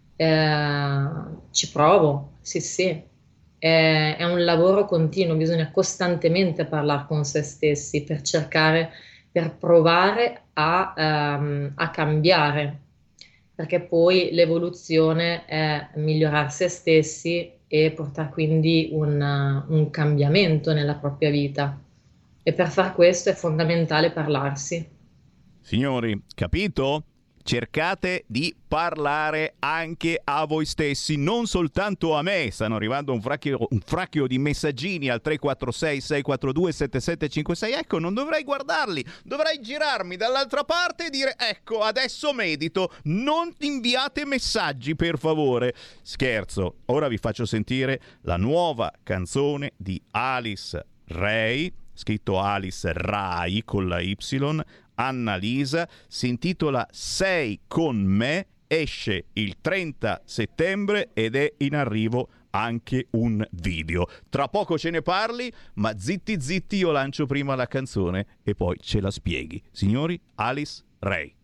ci provo, sì. È un lavoro continuo, bisogna costantemente parlare con se stessi per provare a cambiare, perché poi l'evoluzione è migliorare se stessi e portare quindi un cambiamento nella propria vita, e per far questo è fondamentale parlarsi. Signori, capito? Cercate di parlare anche a voi stessi, non soltanto a me. Stanno arrivando un fracchio di messaggini al 346 642 7756. Ecco, non dovrei guardarli, dovrei girarmi dall'altra parte e dire: ecco, adesso medito. Non inviate messaggi, per favore. Scherzo, ora vi faccio sentire la nuova canzone di Alice Ray, scritto Alice Rai con la Y, Annalisa, si intitola Sei con me, esce il 30 settembre ed è in arrivo anche un video. Tra poco ce ne parli, ma zitti, io lancio prima la canzone e poi ce la spieghi. Signori, Alice Ray.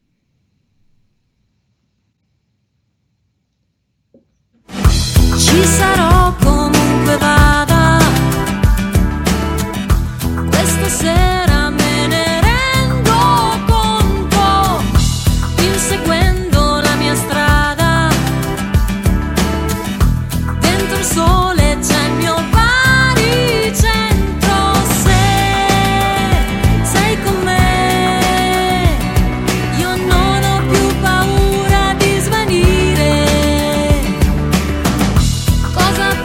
Ci sarò comunque vada, questa sera me ne seguendo la mia strada, dentro il sole c'è il mio baricentro. Se sei con me, io non ho più paura di svanire. Cosa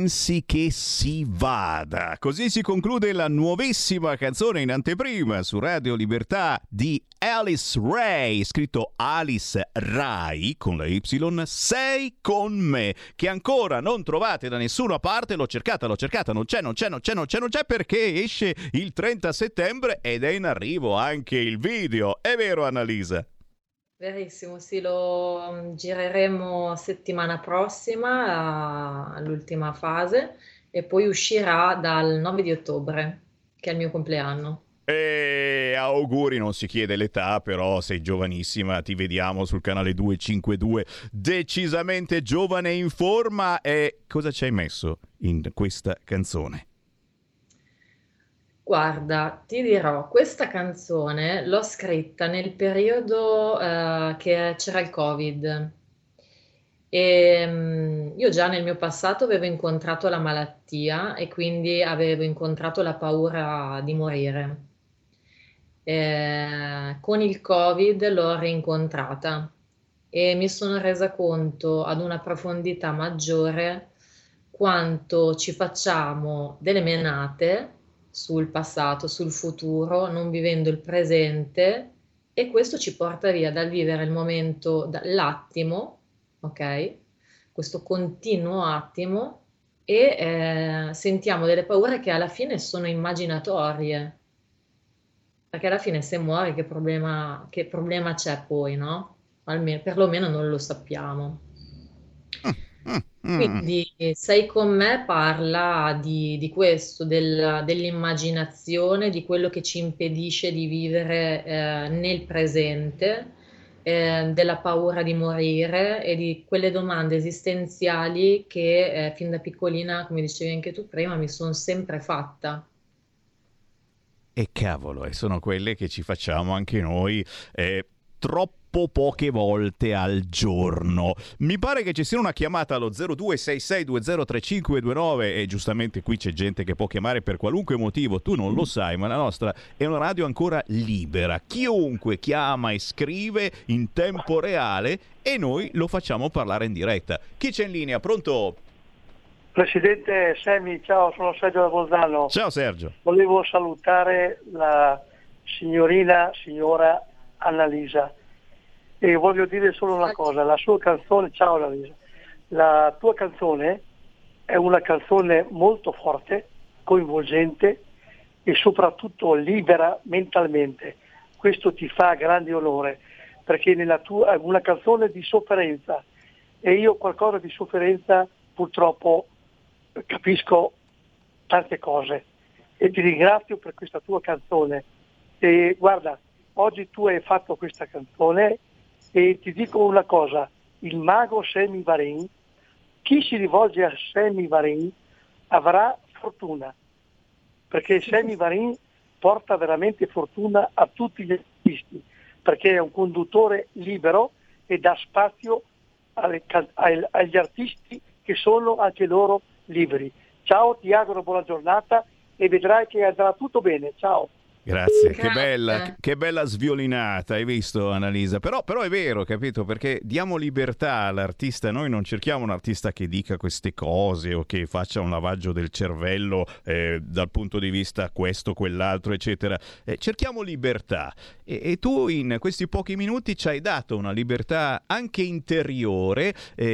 pensi che si vada. Così si conclude la nuovissima canzone in anteprima su Radio Libertà di Alice Ray, scritto Alice Rai con la Y, Sei con me, che ancora non trovate da nessuna parte. L'ho cercata, non c'è perché esce il 30 settembre ed è in arrivo anche il video. È vero, Annalisa? Verissimo, sì, lo gireremo settimana prossima, all'ultima fase, e poi uscirà dal 9 di ottobre, che è il mio compleanno. E auguri, non si chiede l'età, però sei giovanissima, ti vediamo sul canale 252, decisamente giovane e in forma. E cosa ci hai messo in questa canzone? Guarda, ti dirò, questa canzone l'ho scritta nel periodo che c'era il Covid. Io già nel mio passato avevo incontrato la malattia e quindi avevo incontrato la paura di morire. Con il Covid l'ho rincontrata e mi sono resa conto ad una profondità maggiore quanto ci facciamo delle menate sul passato, sul futuro, non vivendo il presente, e questo ci porta via dal vivere il momento, l'attimo, ok? Questo continuo attimo, e sentiamo delle paure che alla fine sono immaginatorie, perché alla fine se muori che problema c'è poi, no? Perlomeno non lo sappiamo. Quindi Sei con me parla di questo, dell'immaginazione, di quello che ci impedisce di vivere nel presente, della paura di morire e di quelle domande esistenziali che fin da piccolina, come dicevi anche tu prima, mi sono sempre fatta. E cavolo, e sono quelle che ci facciamo anche noi troppo poche volte al giorno. Mi pare che ci sia una chiamata allo 0266203529 e giustamente qui c'è gente che può chiamare per qualunque motivo, tu non lo sai, ma la nostra è una radio ancora libera. Chiunque chiama e scrive in tempo reale e noi lo facciamo parlare in diretta. Chi c'è in linea? Pronto? Presidente Semmi, ciao, sono Sergio da Bolzano. Ciao Sergio. Volevo salutare la signora Annalisa e voglio dire solo una cosa, la sua canzone, ciao Annalisa, la tua canzone è una canzone molto forte, coinvolgente e soprattutto libera mentalmente. Questo ti fa grande onore, perché nella tua è una canzone di sofferenza e io qualcosa di sofferenza purtroppo capisco tante cose e ti ringrazio per questa tua canzone. E guarda, oggi tu hai fatto questa canzone e ti dico una cosa, il mago Sammy Varin, chi si rivolge a Sammy Varin avrà fortuna, perché Sammy Varin porta veramente fortuna a tutti gli artisti, perché è un conduttore libero e dà spazio agli artisti che sono anche loro liberi. Ciao, ti auguro buona giornata e vedrai che andrà tutto bene. Ciao. Grazie, che bella sviolinata, hai visto Annalisa? Però è vero, capito? Perché diamo libertà all'artista, noi non cerchiamo un artista che dica queste cose o che faccia un lavaggio del cervello dal punto di vista questo, quell'altro, eccetera. Cerchiamo libertà e tu in questi pochi minuti ci hai dato una libertà anche interiore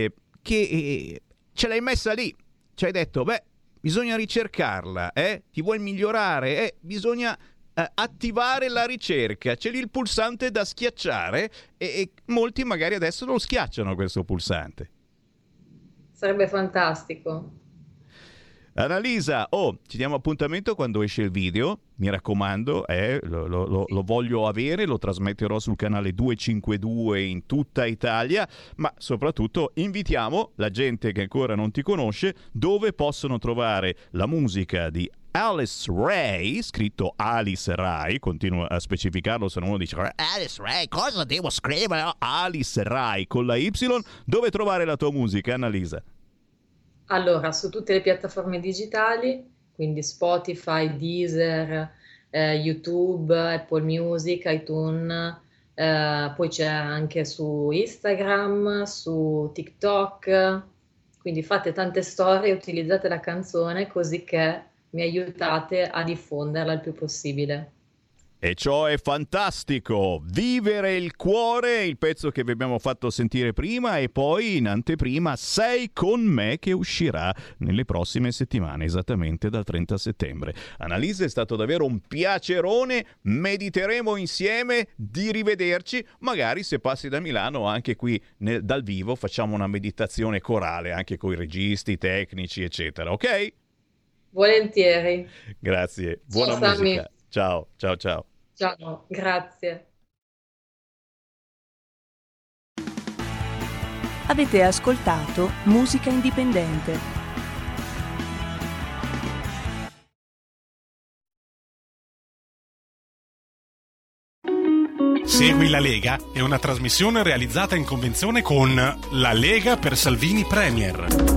che ce l'hai messa lì, ci hai detto, bisogna ricercarla, ti vuoi migliorare, bisogna attivare la ricerca, c'è lì il pulsante da schiacciare e molti magari adesso non schiacciano questo pulsante. Sarebbe fantastico. Annalisa, ci diamo appuntamento quando esce il video, mi raccomando, lo voglio avere, lo trasmetterò sul canale 252 in tutta Italia, ma soprattutto invitiamo la gente che ancora non ti conosce dove possono trovare la musica di Alice Ray, scritto Alice Ray, continuo a specificarlo se non uno dice Alice Ray, cosa devo scrivere? Alice Ray con la Y, dove trovare la tua musica, Annalisa? Allora, su tutte le piattaforme digitali, quindi Spotify, Deezer, YouTube, Apple Music, iTunes, poi c'è anche su Instagram, su TikTok, Quindi fate tante storie, utilizzate la canzone così che mi aiutate a diffonderla il più possibile. E ciò è fantastico! Vivere il cuore, il pezzo che vi abbiamo fatto sentire prima, e poi in anteprima Sei con me, che uscirà nelle prossime settimane, esattamente dal 30 settembre. Annalisa, è stato davvero un piacerone, mediteremo insieme di rivederci, magari se passi da Milano anche qui dal vivo facciamo una meditazione corale anche con i registi, tecnici, eccetera, ok? Volentieri. Grazie, buona Ciao, musica. Sammy. Ciao, ciao, ciao. Ciao, grazie. Avete ascoltato Musica Indipendente. Segui la Lega è una trasmissione realizzata in convenzione con La Lega per Salvini Premier.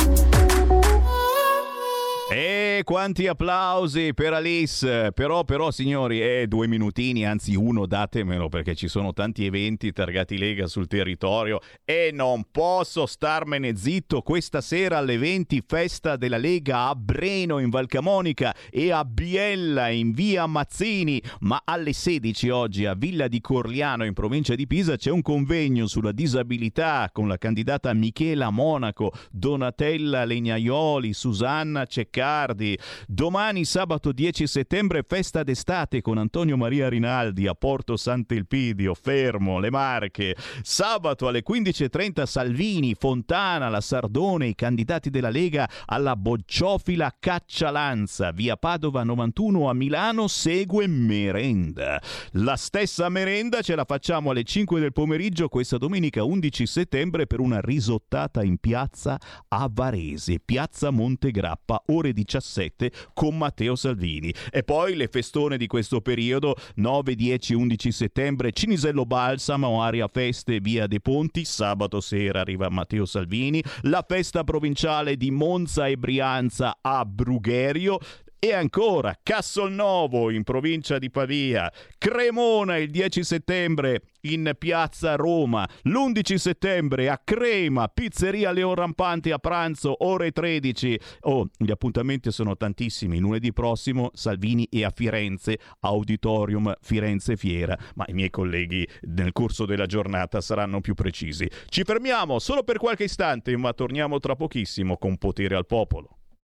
E quanti applausi per Alice, però signori, 2 minutini, anzi 1 datemelo, perché ci sono tanti eventi targati Lega sul territorio e non posso starmene zitto. Questa sera alle 20 festa della Lega a Breno in Val Camonica e a Biella in via Mazzini, ma alle 16 oggi a Villa di Corliano in provincia di Pisa c'è un convegno sulla disabilità con la candidata Michela Monaco, Donatella Legnaioli, Susanna Ceccardi. Domani sabato 10 settembre festa d'estate con Antonio Maria Rinaldi a Porto Sant'Elpidio, Fermo, Le Marche. Sabato alle 15:30 Salvini, Fontana, la Sardone, i candidati della Lega alla Bocciofila Caccialanza, via Padova 91 a Milano. Segue merenda. La stessa merenda ce la facciamo alle 5 del pomeriggio questa domenica 11 settembre per una risottata in piazza a Varese, piazza Montegrappa, ore 17 con Matteo Salvini. E poi le festone di questo periodo: 9, 10, 11 settembre Cinisello Balsamo, area feste, via dei Ponti, sabato sera arriva Matteo Salvini. La festa provinciale di Monza e Brianza a Brugherio. E ancora Castelnuovo in provincia di Pavia, Cremona il 10 settembre in piazza Roma, l'11 settembre a Crema, pizzeria Leon Rampante a pranzo, ore 13. Gli appuntamenti sono tantissimi. Lunedì prossimo Salvini e a Firenze, Auditorium Firenze Fiera, ma i miei colleghi nel corso della giornata saranno più precisi. Ci fermiamo solo per qualche istante, ma torniamo tra pochissimo con Potere al Popolo.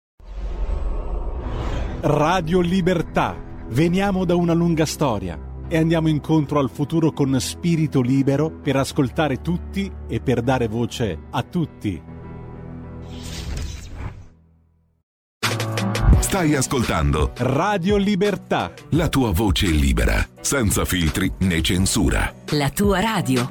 Radio Libertà. Veniamo da una lunga storia e andiamo incontro al futuro con spirito libero per ascoltare tutti e per dare voce a tutti. Stai ascoltando Radio Libertà. La tua voce libera, senza filtri né censura. La tua radio.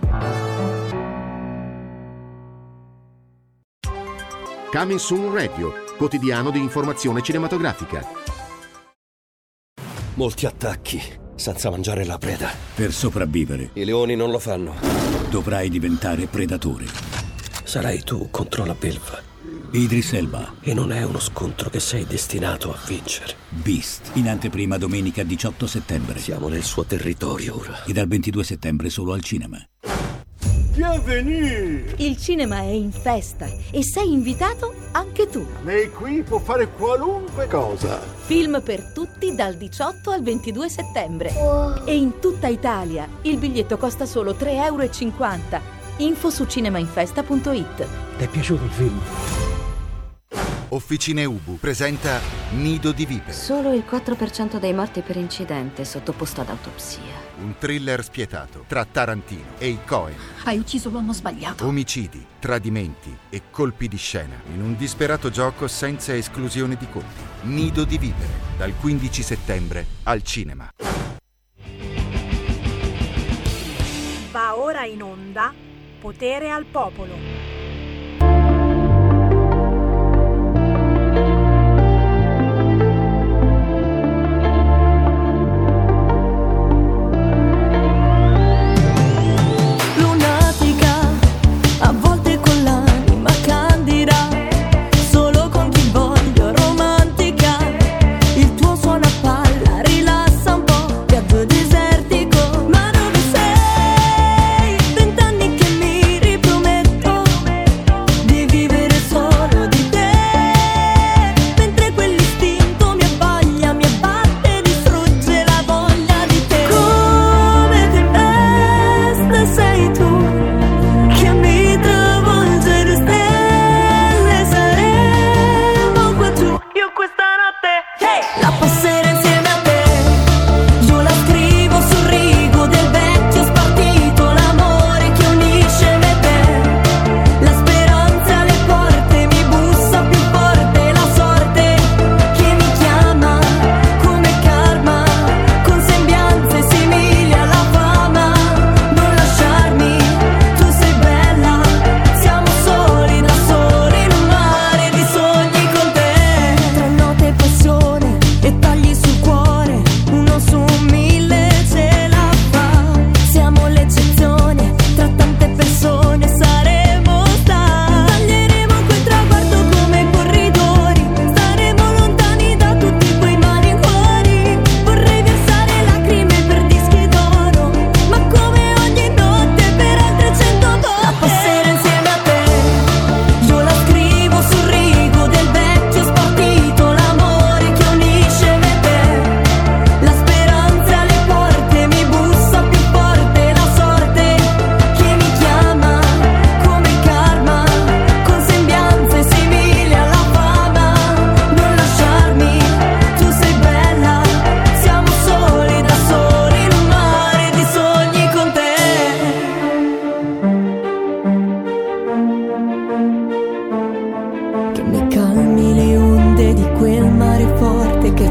Coming Soon Radio, quotidiano di informazione cinematografica. Molti attacchi, senza mangiare la preda. Per sopravvivere. I leoni non lo fanno. Dovrai diventare predatore. Sarai tu contro la belva. Idris Elba. E non è uno scontro che sei destinato a vincere. Beast, in anteprima domenica 18 settembre. Siamo nel suo territorio ora. E dal 22 settembre solo al cinema. Bienvenue! Il cinema è in festa e sei invitato anche tu. Lei qui può fare qualunque cosa. Film per tutti dal 18 al 22 settembre. Wow. E in tutta Italia il biglietto costa solo 3,50 €. Info su cinemainfesta.it. Ti è piaciuto il film? Officine Ubu presenta Nido di vipere. Solo il 4% dei morti per incidente è sottoposto ad autopsia. Un thriller spietato tra Tarantino e i Coen. Hai ucciso l'uomo sbagliato. Omicidi, tradimenti e colpi di scena in un disperato gioco senza esclusione di colpi. Nido di vipere, dal 15 settembre al cinema. Va ora in onda Potere al Popolo. Desertico, ma dove sei? 20 anni che mi riprometto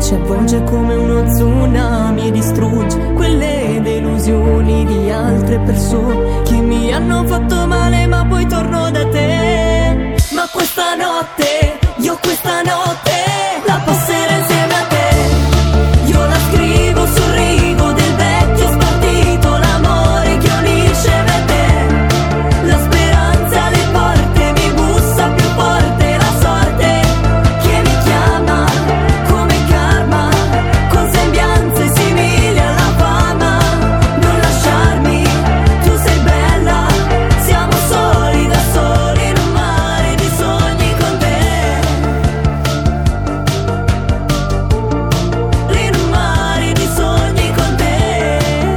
ci avvolge come uno tsunami e distrugge quelle delusioni di altre persone che mi hanno fatto male, ma poi torno da te. Ma questa notte, io questa notte la passerò insieme a te. Io la scrivo sul rigo del vecchio spartito, l'amore che unisce me e te. La speranza alle porte mi bussa più forte, la sorte che mi chiama come karma, con sembianze simili alla fama. Non lasciarmi, tu sei bella, siamo soli da soli in un mare di sogni con te. In un mare di sogni con te.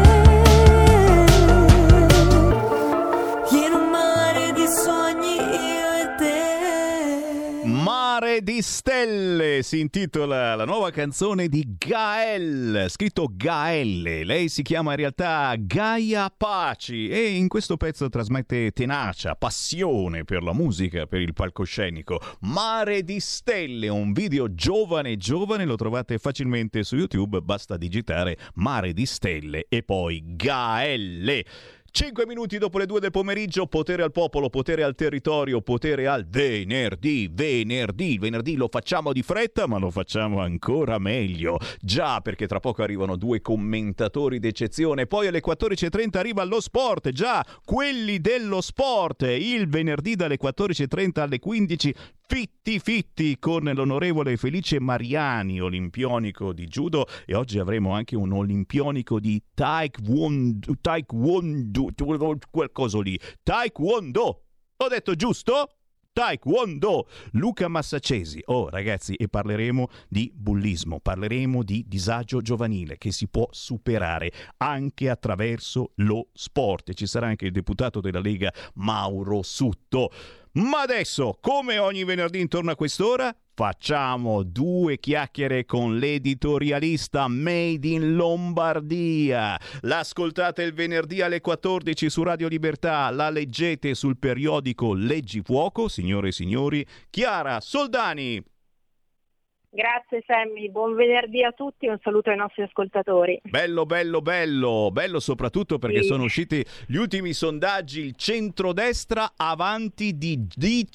In un mare di sogni io e te. Mare di stelle si intitola la nuova canzone di Gael, scritto Gaelle. Lei si chiama in realtà Gaia Paci e in questo pezzo trasmette tenacia, passione per la musica, per il palcoscenico. Mare di stelle, un video giovane, lo trovate facilmente su YouTube, basta digitare Mare di stelle e poi Gaelle. 5 minuti dopo le 2 del pomeriggio, potere al popolo, potere al territorio, potere al venerdì. Il venerdì lo facciamo di fretta, ma lo facciamo ancora meglio. Già, perché tra poco arrivano 2 commentatori d'eccezione. Poi alle 14.30 arriva lo sport. Già, quelli dello sport. Il venerdì dalle 14.30 alle 15. Fitti con l'onorevole Felice Mariani, olimpionico di judo, e oggi avremo anche un olimpionico di taekwondo, qualcosa lì. Taekwondo! Ho detto giusto? Taekwondo, Luca Massacesi. Oh ragazzi, e parleremo di bullismo, parleremo di disagio giovanile che si può superare anche attraverso lo sport. Ci sarà anche il deputato della Lega Mauro Sutto. Ma adesso, come ogni venerdì intorno a quest'ora, facciamo 2 chiacchiere con l'editorialista Made in Lombardia. L'ascoltate il venerdì alle 14 su Radio Libertà, la leggete sul periodico Leggifuoco. Signore e signori, Chiara Soldani. Grazie Sammy, buon venerdì a tutti e un saluto ai nostri ascoltatori. Bello soprattutto perché sono usciti gli ultimi sondaggi, il centrodestra avanti di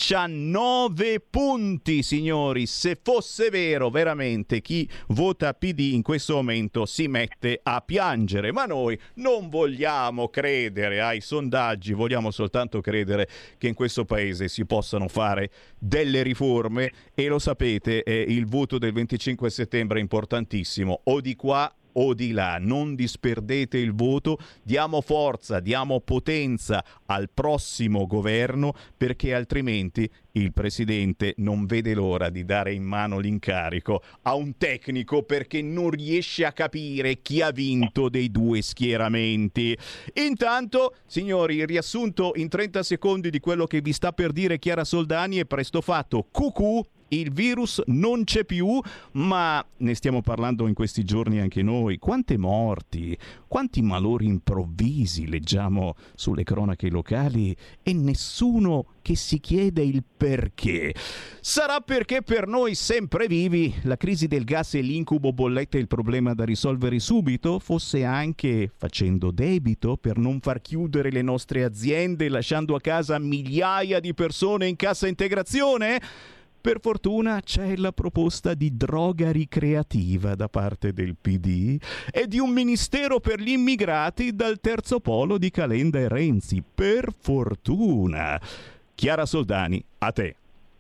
19 punti, signori. Se fosse vero veramente, chi vota PD in questo momento si mette a piangere, ma noi non vogliamo credere ai sondaggi, vogliamo soltanto credere che in questo paese si possano fare delle riforme, e lo sapete, il voto del 25 settembre è importantissimo, o di qua o di là. Non disperdete il voto, diamo forza, diamo potenza al prossimo governo, perché altrimenti il presidente non vede l'ora di dare in mano l'incarico a un tecnico, perché non riesce a capire chi ha vinto dei 2 schieramenti. Intanto, signori, il riassunto in 30 secondi di quello che vi sta per dire Chiara Soldani è presto fatto. Cucù, il virus non c'è più, ma ne stiamo parlando in questi giorni anche noi. Quante morti, quanti malori improvvisi leggiamo sulle cronache locali e nessuno che si chiede il perché. Sarà perché per noi sempre vivi la crisi del gas e l'incubo bollette è il problema da risolvere subito? Fosse anche facendo debito per non far chiudere le nostre aziende, lasciando a casa migliaia di persone in cassa integrazione? Per fortuna c'è la proposta di droga ricreativa da parte del PD e di un ministero per gli immigrati dal terzo polo di Calenda e Renzi. Per fortuna. Chiara Soldani, a te.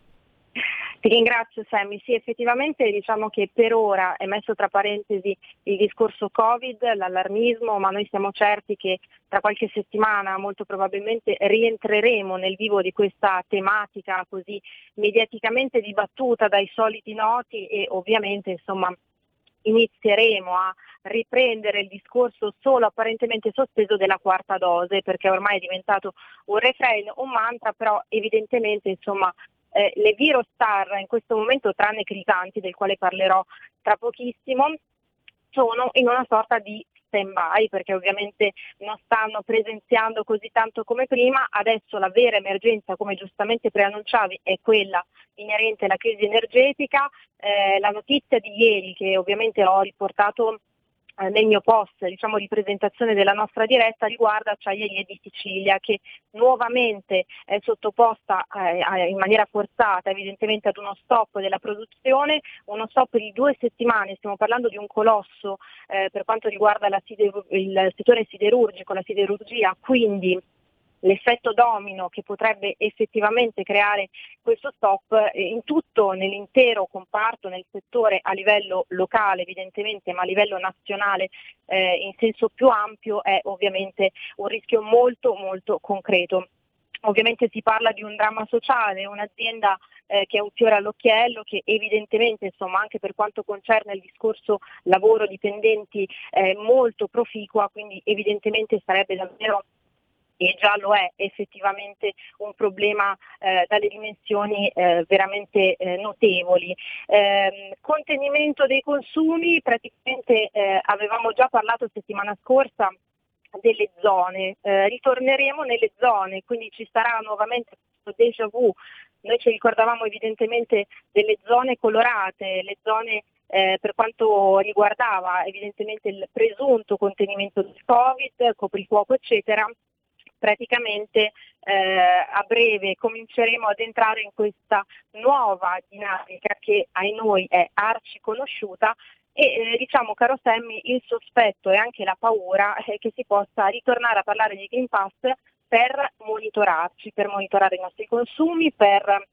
Ti ringrazio Sammy, sì, effettivamente diciamo che per ora è messo tra parentesi il discorso Covid, l'allarmismo, ma noi siamo certi che tra qualche settimana molto probabilmente rientreremo nel vivo di questa tematica così mediaticamente dibattuta dai soliti noti, e ovviamente insomma inizieremo a riprendere il discorso solo apparentemente sospeso della 4ª dose, perché ormai è diventato un refrain, un mantra, però evidentemente insomma le virostar in questo momento, tranne Crisanti del quale parlerò tra pochissimo, sono in una sorta di stand-by perché ovviamente non stanno presenziando così tanto come prima. Adesso la vera emergenza, come giustamente preannunciavi, è quella inerente alla crisi energetica. La notizia di ieri, che ovviamente ho riportato nel mio post, diciamo, di presentazione della nostra diretta, riguarda Acciaierie di Sicilia, che nuovamente è sottoposta in maniera forzata evidentemente ad uno stop della produzione, uno stop di 2 settimane. Stiamo parlando di un colosso per quanto riguarda il settore siderurgico, la siderurgia, quindi l'effetto domino che potrebbe effettivamente creare questo stop in tutto, nell'intero comparto, nel settore a livello locale evidentemente, ma a livello nazionale in senso più ampio, è ovviamente un rischio molto molto concreto. Ovviamente si parla di un dramma sociale, un'azienda che è un fiore all'occhiello, che evidentemente, insomma, anche per quanto concerne il discorso lavoro dipendenti, è molto proficua, quindi evidentemente sarebbe davvero, e già lo è effettivamente, un problema dalle dimensioni veramente notevoli. Contenimento dei consumi, praticamente avevamo già parlato settimana scorsa delle zone, ritorneremo nelle zone, quindi ci sarà nuovamente questo déjà vu. Noi ci ricordavamo evidentemente delle zone colorate, le zone per quanto riguardava evidentemente il presunto contenimento del Covid, coprifuoco eccetera. Praticamente a breve cominceremo ad entrare in questa nuova dinamica che ai noi è arciconosciuta e diciamo, caro Sammy, il sospetto e anche la paura è che si possa ritornare a parlare di Green Pass per monitorarci, per monitorare i nostri consumi, per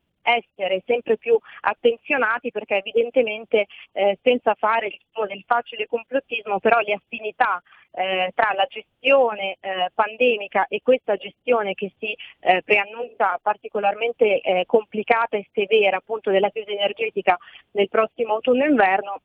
essere sempre più attenzionati, perché evidentemente senza fare del facile complottismo, però le affinità tra la gestione pandemica e questa gestione che si preannuncia particolarmente complicata e severa, appunto, della crisi energetica nel prossimo autunno-inverno,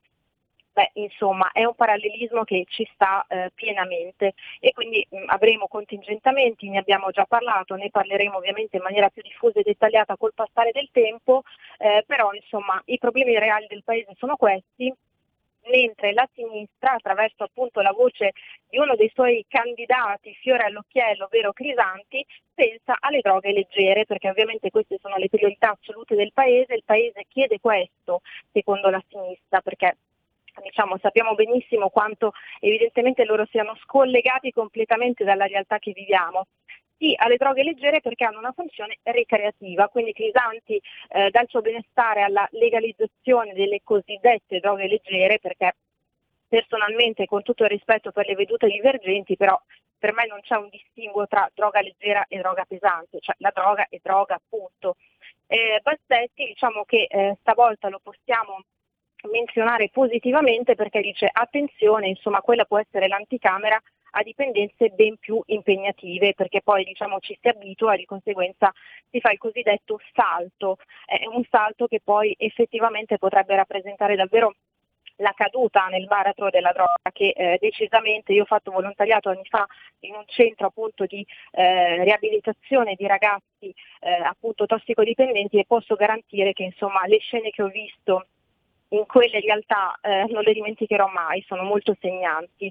insomma è un parallelismo che ci sta pienamente, e quindi avremo contingentamenti, ne abbiamo già parlato, ne parleremo ovviamente in maniera più diffusa e dettagliata col passare del tempo, però insomma i problemi reali del Paese sono questi, mentre la sinistra, attraverso appunto la voce di uno dei suoi candidati fiore all'occhiello, ovvero Crisanti, pensa alle droghe leggere, perché ovviamente queste sono le priorità assolute del Paese. Il Paese chiede questo, secondo la sinistra, perché diciamo, sappiamo benissimo quanto evidentemente loro siano scollegati completamente dalla realtà che viviamo. Sì, alle droghe leggere perché hanno una funzione ricreativa, quindi Crisanti dal suo benestare alla legalizzazione delle cosiddette droghe leggere, perché personalmente, con tutto il rispetto per le vedute divergenti, però per me non c'è un distinguo tra droga leggera e droga pesante, cioè la droga è droga, appunto. Bassetti, diciamo che stavolta lo possiamo menzionare positivamente, perché dice attenzione, insomma, quella può essere l'anticamera a dipendenze ben più impegnative, perché poi diciamo ci si abitua e di conseguenza si fa il cosiddetto salto, è un salto che poi effettivamente potrebbe rappresentare davvero la caduta nel baratro della droga, che decisamente, io ho fatto volontariato anni fa in un centro appunto di riabilitazione di ragazzi appunto tossicodipendenti, e posso garantire che insomma le scene che ho visto in quelle realtà non le dimenticherò mai, sono molto segnanti.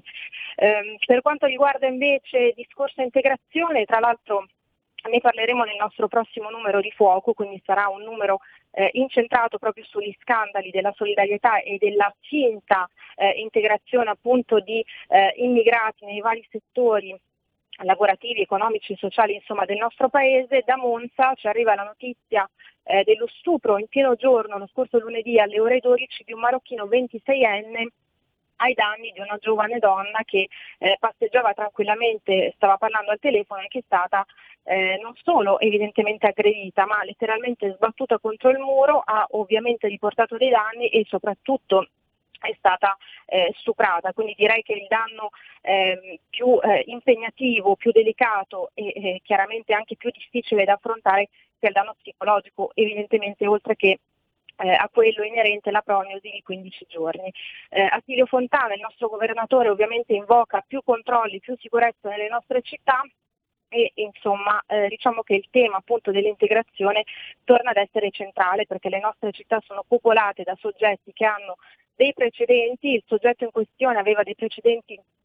Per quanto riguarda invece discorso integrazione, tra l'altro ne parleremo nel nostro prossimo numero di Fuoco, quindi sarà un numero incentrato proprio sugli scandali della solidarietà e della finta integrazione appunto di immigrati nei vari settori lavorativi, economici, sociali, insomma, del nostro paese. Da Monza ci arriva la notizia dello stupro in pieno giorno lo scorso lunedì alle ore 12 di un marocchino 26enne ai danni di una giovane donna che passeggiava tranquillamente, stava parlando al telefono, e che è stata non solo evidentemente aggredita, ma letteralmente sbattuta contro il muro, ha ovviamente riportato dei danni e soprattutto è stata stuprata. Quindi direi che il danno più impegnativo, più delicato e chiaramente anche più difficile da affrontare sia il danno psicologico, evidentemente, oltre che a quello inerente alla prognosi di 15 giorni. Attilio Fontana, il nostro governatore, ovviamente invoca più controlli, più sicurezza nelle nostre città, e insomma diciamo che il tema appunto dell'integrazione torna ad essere centrale, perché le nostre città sono popolate da soggetti che hanno dei precedenti, il soggetto in questione aveva dei precedenti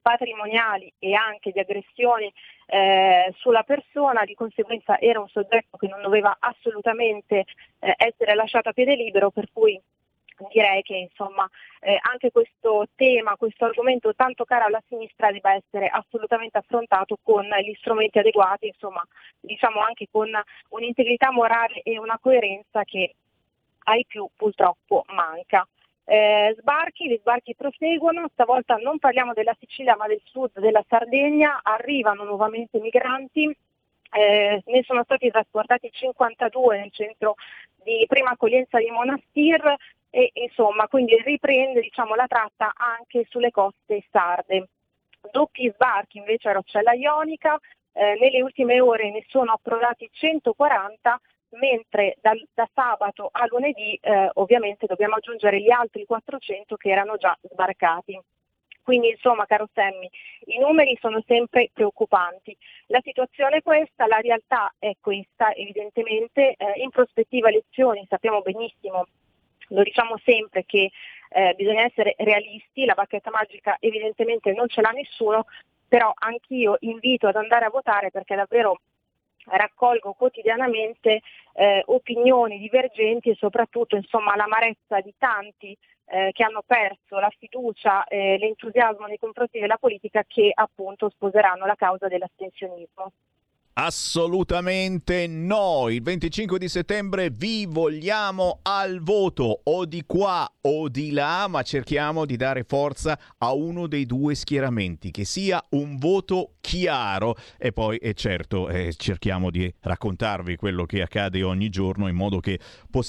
patrimoniali e anche di aggressioni sulla persona. Di conseguenza era un soggetto che non doveva assolutamente essere lasciato a piede libero, per cui direi che insomma anche questo tema, questo argomento tanto caro alla sinistra debba essere assolutamente affrontato con gli strumenti adeguati, insomma diciamo anche con un'integrità morale e una coerenza che ai più purtroppo manca. Gli sbarchi proseguono, stavolta non parliamo della Sicilia ma del sud della Sardegna, arrivano nuovamente migranti, ne sono stati trasportati 52 nel centro di prima accoglienza di Monastir e insomma quindi riprende diciamo la tratta anche sulle coste sarde. Doppi sbarchi invece a Roccella Ionica, nelle ultime ore ne sono approdati 140, mentre da sabato a lunedì ovviamente dobbiamo aggiungere gli altri 400 che erano già sbarcati. Quindi insomma, caro Sammy, i numeri sono sempre preoccupanti. La situazione è questa, la realtà è questa, evidentemente in prospettiva elezioni sappiamo benissimo, lo diciamo sempre, che bisogna essere realisti, la bacchetta magica evidentemente non ce l'ha nessuno, però anch'io invito ad andare a votare perché davvero raccolgo quotidianamente opinioni divergenti e soprattutto insomma l'amarezza di tanti che hanno perso la fiducia e l'entusiasmo nei confronti della politica, che appunto sposeranno la causa dell'astensionismo. Assolutamente no, il 25 di settembre vi vogliamo al voto, o di qua o di là, ma cerchiamo di dare forza a uno dei due schieramenti, che sia un voto chiaro, e poi certo cerchiamo di raccontarvi quello che accade ogni giorno in modo che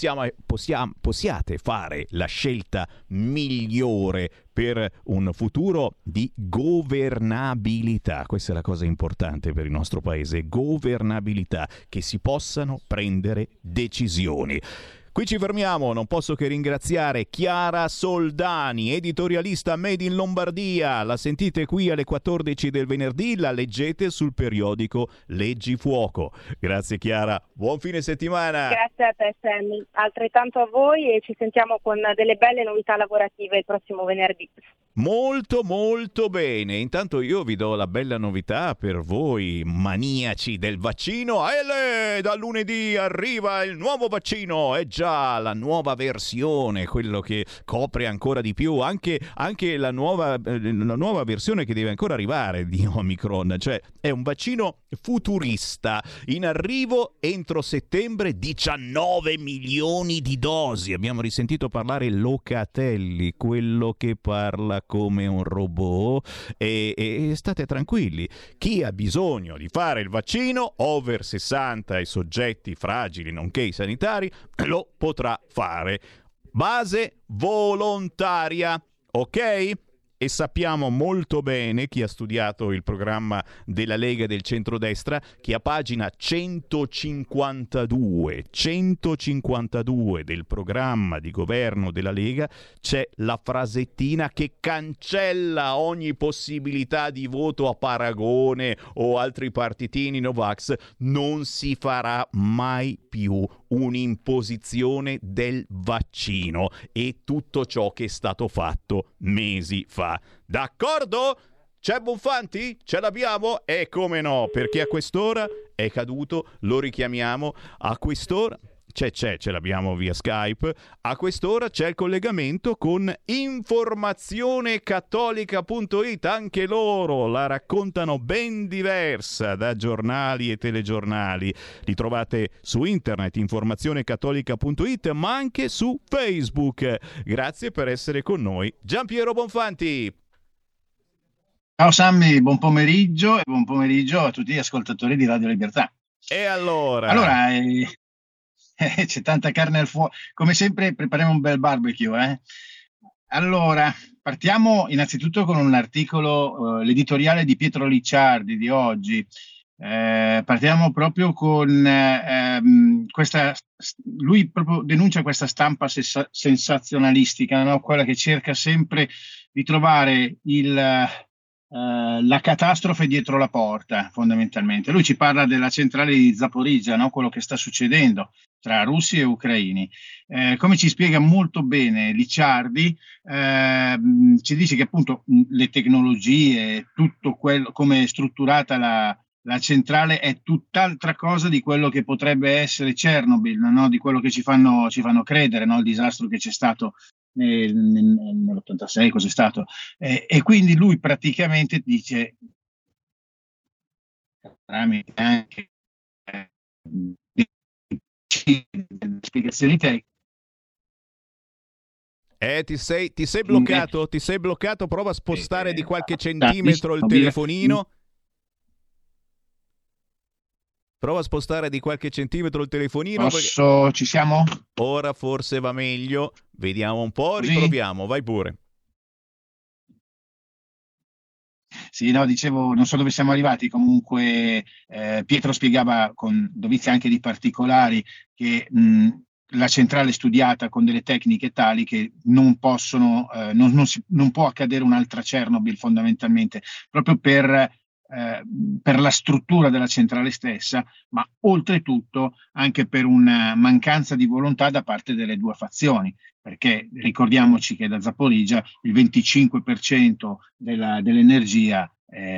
possiate fare la scelta migliore per un futuro di governabilità. Questa è la cosa importante per il nostro paese, governabilità, che si possano prendere decisioni. Qui ci fermiamo, non posso che ringraziare Chiara Soldani, editorialista Made in Lombardia. La sentite qui alle 14 del venerdì, la leggete sul periodico Leggi Fuoco. Grazie Chiara, buon fine settimana. Grazie a te Sammy, altrettanto a voi, e ci sentiamo con delle belle novità lavorative il prossimo venerdì. Molto molto bene, intanto io vi do la bella novità per voi maniaci del vaccino. Da lunedì arriva il nuovo vaccino, è già la nuova versione, quello che copre ancora di più, anche la nuova versione che deve ancora arrivare di Omicron, cioè è un vaccino futurista, in arrivo entro settembre 19 milioni di dosi. Abbiamo risentito parlare Locatelli, quello che parla come un robot, e state tranquilli, chi ha bisogno di fare il vaccino, over 60 e soggetti fragili nonché i sanitari, lo potrà fare. Base volontaria, ok? E sappiamo molto bene, chi ha studiato il programma della Lega del centrodestra, che a pagina 152 del programma di governo della Lega c'è la frasettina che cancella ogni possibilità di voto a Paragone o altri partitini Novax. Non si farà mai più un'imposizione del vaccino e tutto ciò che è stato fatto mesi fa. D'accordo? C'è Bonfanti? Ce l'abbiamo? E come no, perché a quest'ora è caduto, lo richiamiamo, a quest'ora ce l'abbiamo via Skype, a quest'ora c'è il collegamento con informazionecattolica.it, anche loro la raccontano ben diversa da giornali e telegiornali. Li trovate su internet, informazionecattolica.it, ma anche su Facebook. Grazie per essere con noi, Giampiero Bonfanti. Ciao Sammy, buon pomeriggio e buon pomeriggio a tutti gli ascoltatori di Radio Libertà. E allora c'è tanta carne al fuoco, come sempre prepariamo un bel barbecue. Allora, partiamo innanzitutto con un articolo, l'editoriale di Pietro Licciardi di oggi. Partiamo proprio con questa, lui proprio denuncia questa stampa sensazionalistica, no? Quella che cerca sempre di trovare la catastrofe dietro la porta, fondamentalmente. Lui ci parla della centrale di Zaporizhzhia, no? Quello che sta succedendo tra russi e ucraini. Come ci spiega molto bene Licciardi, ci dice che appunto le tecnologie, tutto quello, come è strutturata la centrale, è tutt'altra cosa di quello che potrebbe essere Chernobyl, no? Di quello che ci fanno credere, no? Il disastro che c'è stato nell'86, cos'è stato? E quindi lui praticamente dice, tramite anche spiegazioni tecniche. Ti sei bloccato? Ti sei bloccato? Prova a spostare di qualche centimetro il telefonino. Prova a spostare di qualche centimetro il telefonino. Posso? Ci siamo? Ora forse va meglio. Vediamo un po', riproviamo, vai pure. Sì, no, dicevo, non so dove siamo arrivati, comunque Pietro spiegava con dovizia anche di particolari che la centrale è studiata con delle tecniche tali che non possono, non può accadere un'altra Chernobyl fondamentalmente, proprio per la struttura della centrale stessa, ma oltretutto anche per una mancanza di volontà da parte delle due fazioni, perché ricordiamoci che da Zaporizhzhia il 25% dell'energia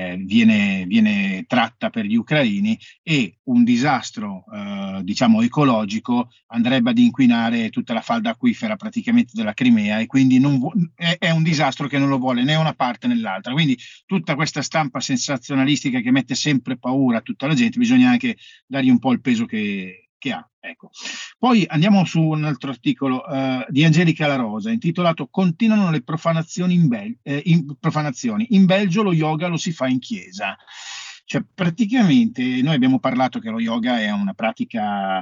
viene tratta per gli ucraini, e un disastro diciamo ecologico andrebbe ad inquinare tutta la falda acquifera praticamente della Crimea, e quindi è un disastro che non lo vuole né una parte né l'altra. Quindi tutta questa stampa sensazionalistica che mette sempre paura a tutta la gente, bisogna anche dargli un po' il peso che ha. Ecco. Poi andiamo su un altro articolo di Angelica La Rosa intitolato "Continuano le profanazioni in Belgio lo yoga lo si fa in chiesa". Cioè praticamente noi abbiamo parlato che lo yoga è una pratica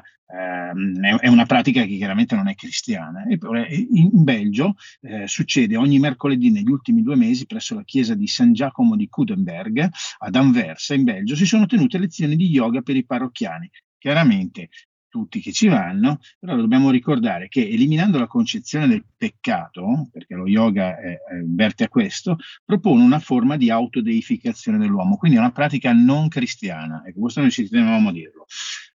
che chiaramente non è cristiana, eppure in Belgio succede ogni mercoledì negli ultimi 2 mesi presso la chiesa di San Giacomo di Coudenberg ad Anversa in Belgio si sono tenute lezioni di yoga per i parrocchiani. Chiaramente tutti che ci vanno, però dobbiamo ricordare che eliminando la concezione del peccato, perché lo yoga verte a questo, propone una forma di autodeificazione dell'uomo, quindi è una pratica non cristiana. Ecco, questo noi ci tenevamo a dirlo.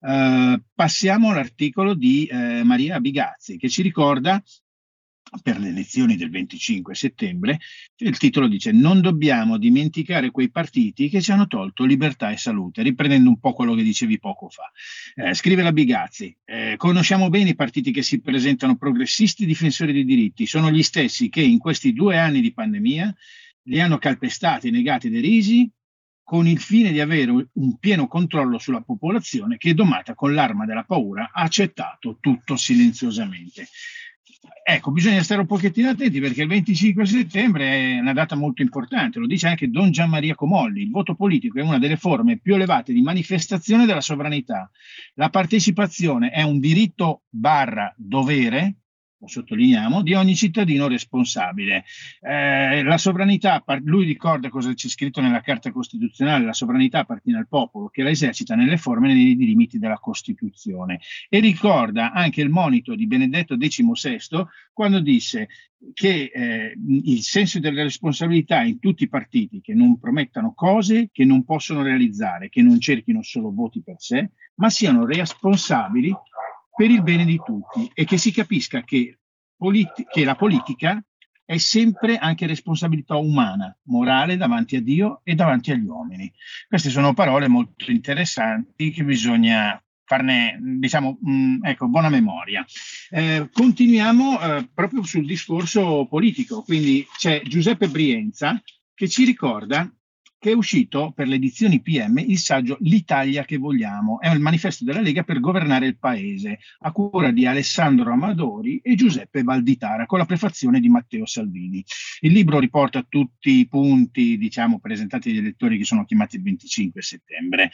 Passiamo all'articolo di Maria Bigazzi, che ci ricorda, per le elezioni del 25 settembre, il titolo dice: "Non dobbiamo dimenticare quei partiti che ci hanno tolto libertà e salute", riprendendo un po' quello che dicevi poco fa. Scrive la Bigazzi: "Conosciamo bene i partiti che si presentano progressisti e difensori dei diritti, sono gli stessi che in questi 2 anni di pandemia li hanno calpestati, negati e derisi, con il fine di avere un pieno controllo sulla popolazione che, domata con l'arma della paura, ha accettato tutto silenziosamente". Ecco, bisogna stare un pochettino attenti, perché il 25 settembre è una data molto importante, lo dice anche Don Gianmaria Comolli: "Il voto politico è una delle forme più elevate di manifestazione della sovranità. La partecipazione è un diritto / dovere", lo sottolineiamo, "di ogni cittadino responsabile". La sovranità, lui ricorda cosa c'è scritto nella Carta Costituzionale: "La sovranità appartiene al popolo, che la esercita nelle forme e nei limiti della Costituzione". E ricorda anche il monito di Benedetto XVI, quando disse che il senso della responsabilità in tutti i partiti, che non promettano cose che non possono realizzare, che non cerchino solo voti per sé, ma siano responsabili per il bene di tutti, e che si capisca che la politica è sempre anche responsabilità umana, morale davanti a Dio e davanti agli uomini. Queste sono parole molto interessanti che bisogna farne, diciamo, buona memoria. Continuiamo proprio sul discorso politico, quindi c'è Giuseppe Brienza che ci ricorda che è uscito per le edizioni PM il saggio "L'Italia che vogliamo", è il manifesto della Lega per governare il paese, a cura di Alessandro Amadori e Giuseppe Valditara, con la prefazione di Matteo Salvini. Il libro riporta tutti i punti, diciamo, presentati agli elettori che sono chiamati il 25 settembre.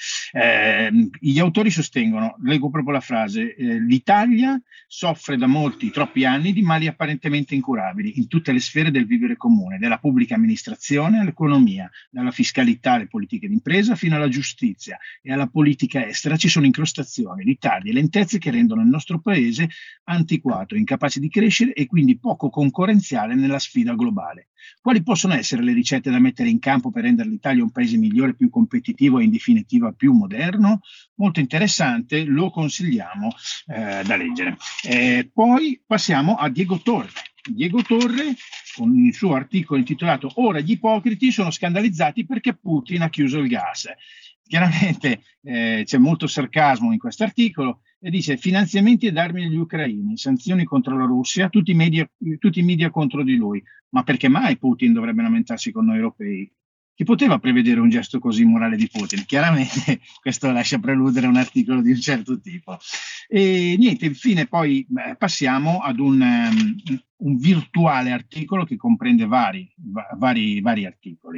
Gli autori sostengono, leggo proprio la frase: "L'Italia soffre da troppi anni di mali apparentemente incurabili in tutte le sfere del vivere comune, dalla pubblica amministrazione all'economia, dalla fiscalità fiscalità alle politiche d'impresa fino alla giustizia e alla politica estera ci sono incrostazioni, ritardi e lentezze che rendono il nostro paese antiquato, incapace di crescere e quindi poco concorrenziale nella sfida globale. Quali possono essere le ricette da mettere in campo per rendere l'Italia un paese migliore, più competitivo e in definitiva più moderno? Molto interessante, lo consigliamo da leggere. Poi passiamo a Diego Torre. Diego Torre, con il suo articolo intitolato "Ora gli ipocriti sono scandalizzati perché Putin ha chiuso il gas". Chiaramente c'è molto sarcasmo in questo articolo e dice: finanziamenti ed armi agli ucraini, sanzioni contro la Russia, tutti i media contro di lui. Ma perché mai Putin dovrebbe lamentarsi con noi europei? Chi poteva prevedere un gesto così immorale di Putin? Chiaramente questo lascia preludere un articolo di un certo tipo. E niente, infine poi passiamo ad un virtuale articolo che comprende vari articoli.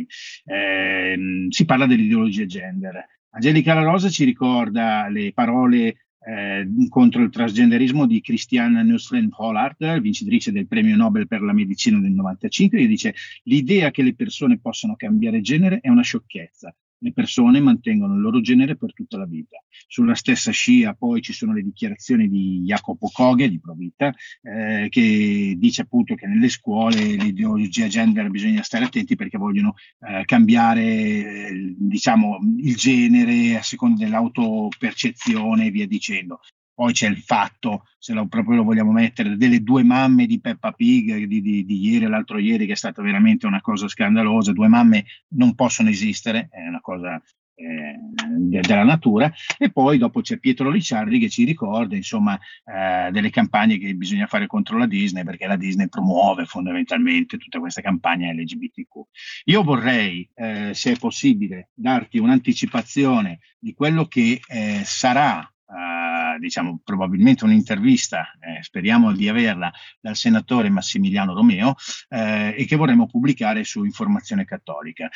Si parla dell'ideologia gender. Angelica La Rosa ci ricorda le parole contro il transgenderismo di Christiane Neuslen-Pollard, vincitrice del premio Nobel per la medicina del 95, e dice: l'idea che le persone possano cambiare genere è una sciocchezza. Le persone mantengono il loro genere per tutta la vita. Sulla stessa scia poi ci sono le dichiarazioni di Jacopo Coghe di Provita, che dice appunto che nelle scuole l'ideologia gender bisogna stare attenti perché vogliono cambiare il genere a seconda dell'autopercezione e via dicendo. Poi c'è il fatto, se proprio lo vogliamo mettere, delle due mamme di Peppa Pig di ieri e l'altro ieri, che è stata veramente una cosa scandalosa. Due mamme non possono esistere, è una cosa della natura. E poi dopo c'è Pietro Licciardi che ci ricorda insomma delle campagne che bisogna fare contro la Disney, perché la Disney promuove fondamentalmente tutta questa campagna LGBTQ. Io vorrei, se è possibile, darti un'anticipazione di quello che sarà probabilmente un'intervista, speriamo di averla, dal senatore Massimiliano Romeo, e che vorremmo pubblicare su Informazione Cattolica.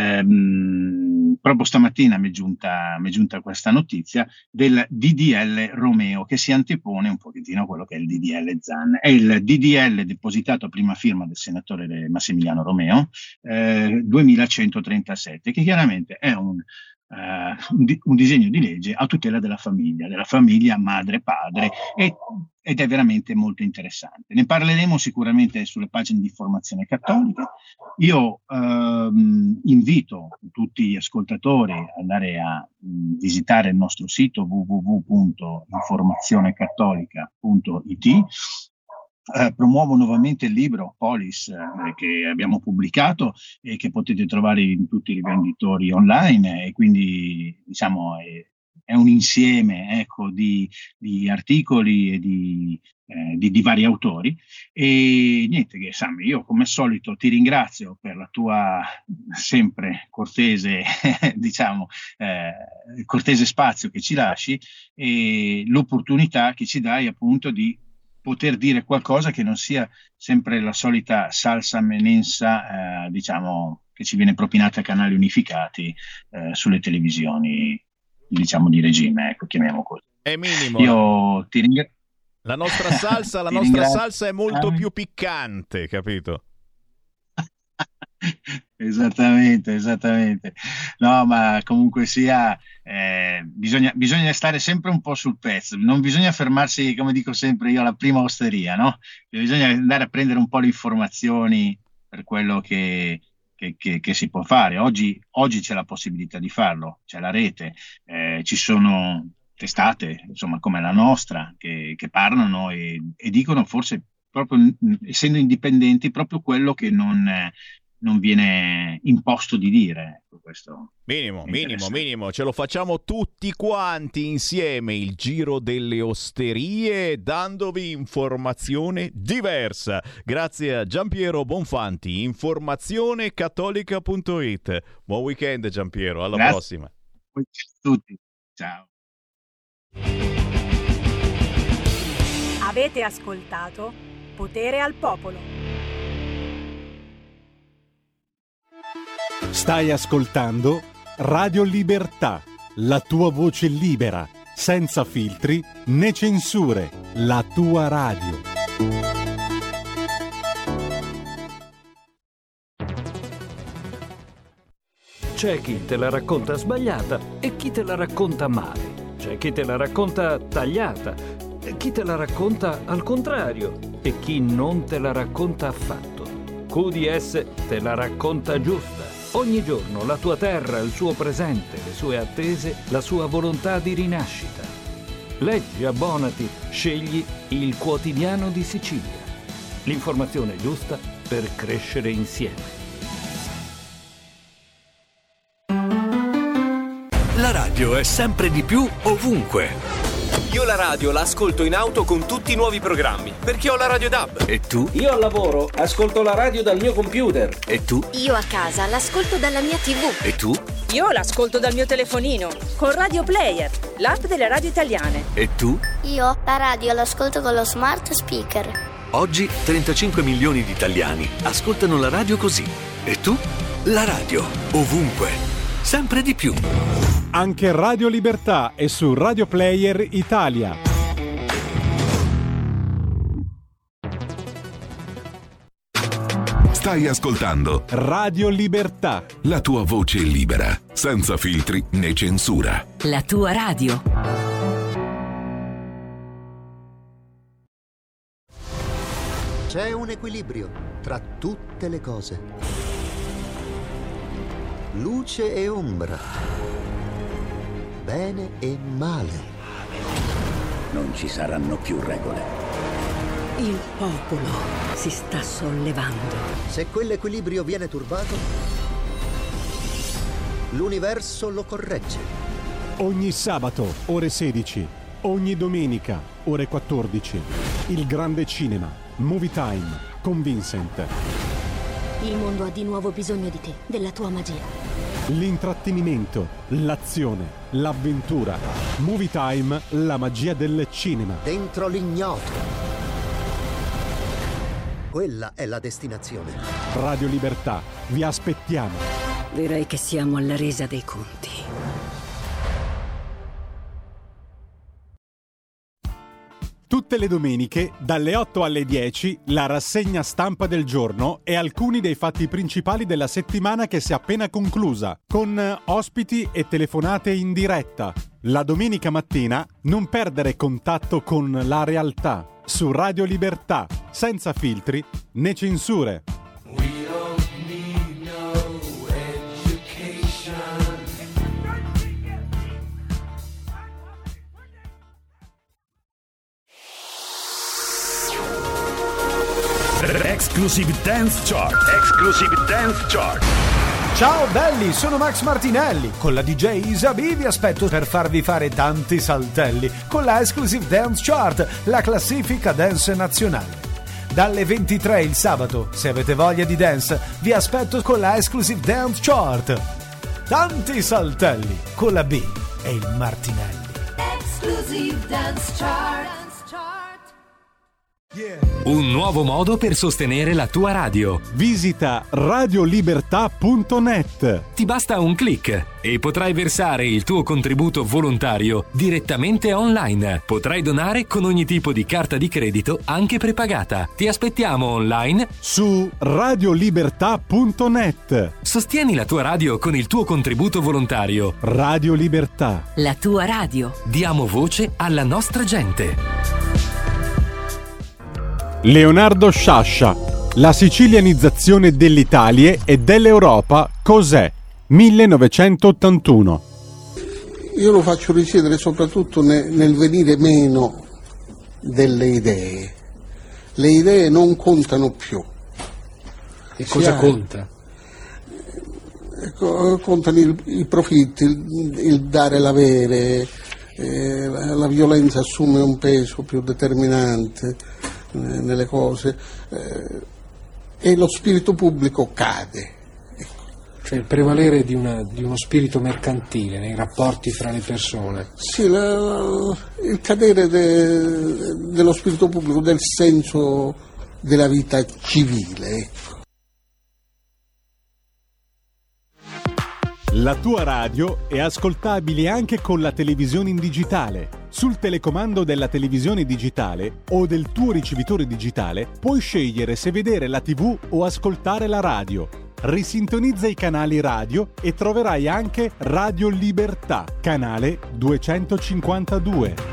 Proprio stamattina mi è giunta questa notizia del DDL Romeo, che si antepone un pochettino a quello che è il DDL Zan. È il DDL depositato a prima firma del senatore Massimiliano Romeo, 2137, che chiaramente è un disegno di legge a tutela della famiglia madre-padre, ed è veramente molto interessante. Ne parleremo sicuramente sulle pagine di Informazione Cattolica. Io invito tutti gli ascoltatori ad andare a visitare il nostro sito www.informazionecattolica.it. Promuovo nuovamente il libro Polis che abbiamo pubblicato e che potete trovare in tutti i rivenditori online, e quindi è un insieme di articoli e di vari autori. E niente, che Sammy, io come al solito ti ringrazio per la tua sempre cortese cortese spazio che ci lasci e l'opportunità che ci dai appunto di poter dire qualcosa che non sia sempre la solita salsa menensa, che ci viene propinata a canali unificati sulle televisioni, di regime, ecco, chiamiamo così. È minimo. Io ti ringrazio. La nostra salsa è molto più piccante, capito? Esattamente. No, ma comunque sia, bisogna stare sempre un po' sul pezzo, non bisogna fermarsi, come dico sempre io, alla prima osteria, no? Bisogna andare a prendere un po' le informazioni per quello che si può fare. Oggi c'è la possibilità di farlo, c'è la rete, ci sono testate, insomma, come la nostra, che parlano e dicono, forse proprio essendo indipendenti, proprio quello che non viene imposto di dire. Questo minimo, ce lo facciamo tutti quanti insieme, il giro delle osterie, dandovi informazione diversa. Grazie a Giampiero Bonfanti, informazionecattolica.it. Buon weekend Giampiero, alla prossima. Grazie a tutti, ciao. Avete ascoltato Potere al Popolo. Stai ascoltando Radio Libertà, la tua voce libera, senza filtri né censure, la tua radio. C'è chi te la racconta sbagliata e chi te la racconta male. C'è chi te la racconta tagliata, e chi te la racconta al contrario e chi non te la racconta affatto. QDS te la racconta giusta. Ogni giorno la tua terra, il suo presente, le sue attese, la sua volontà di rinascita. Leggi, abbonati, scegli il Quotidiano di Sicilia. L'informazione giusta per crescere insieme. La radio è sempre di più ovunque. Io la radio la ascolto in auto con tutti i nuovi programmi, perché ho la Radio DAB. E tu? Io al lavoro ascolto la radio dal mio computer. E tu? Io a casa l'ascolto dalla mia TV. E tu? Io l'ascolto dal mio telefonino, con Radio Player, l'app delle radio italiane. E tu? Io la radio l'ascolto con lo smart speaker. Oggi 35 milioni di italiani ascoltano la radio così. E tu? La radio, ovunque, sempre di più. Anche Radio Libertà è su Radio Player Italia. Stai ascoltando Radio Libertà. La tua voce libera, senza filtri né censura. La tua radio. C'è un equilibrio tra tutte le cose. Luce e ombra. Bene e male. Non ci saranno più regole. Il popolo si sta sollevando. Se quell'equilibrio viene turbato, l'universo lo corregge. Ogni sabato, ore 16. Ogni domenica, ore 14. Il grande cinema. Movie Time con Vincent. Il mondo ha di nuovo bisogno di te, della tua magia. L'intrattenimento, l'azione, l'avventura. Movie Time, la magia del cinema. Dentro l'ignoto. Quella è la destinazione. Radio Libertà, vi aspettiamo. Direi che siamo alla resa dei conti. Tutte le domeniche, dalle 8 alle 10, la rassegna stampa del giorno e alcuni dei fatti principali della settimana che si è appena conclusa, con ospiti e telefonate in diretta. La domenica mattina non perdere contatto con la realtà, su Radio Libertà, senza filtri né censure. Exclusive Dance Chart. Exclusive Dance Chart. Ciao belli, sono Max Martinelli. Con la DJ Isabi vi aspetto per farvi fare tanti saltelli con la Exclusive Dance Chart, la classifica dance nazionale. Dalle 23 il sabato, se avete voglia di dance, vi aspetto con la Exclusive Dance Chart. Tanti saltelli con la B e il Martinelli. Exclusive Dance Chart. Un nuovo modo per sostenere la tua radio. Visita radiolibertà.net. Ti basta un click e potrai versare il tuo contributo volontario direttamente online. Potrai donare con ogni tipo di carta di credito, anche prepagata. Ti aspettiamo online su radiolibertà.net. Sostieni la tua radio con il tuo contributo volontario. Radio Libertà. La tua radio. Diamo voce alla nostra gente. Leonardo Sciascia. La sicilianizzazione dell'Italia e dell'Europa cos'è? 1981. Io lo faccio risiedere soprattutto nel venire meno delle idee. Le idee non contano più. E cosa conta? Contano i profitti, il dare e l'avere, la violenza assume un peso più determinante nelle cose e lo spirito pubblico cade. Ecco. Cioè il prevalere di uno spirito mercantile nei rapporti fra le persone. Sì, il cadere dello spirito pubblico, del senso della vita civile. Ecco. La tua radio è ascoltabile anche con la televisione in digitale. Sul telecomando della televisione digitale o del tuo ricevitore digitale puoi scegliere se vedere la TV o ascoltare la radio. Risintonizza i canali radio e troverai anche Radio Libertà, canale 252.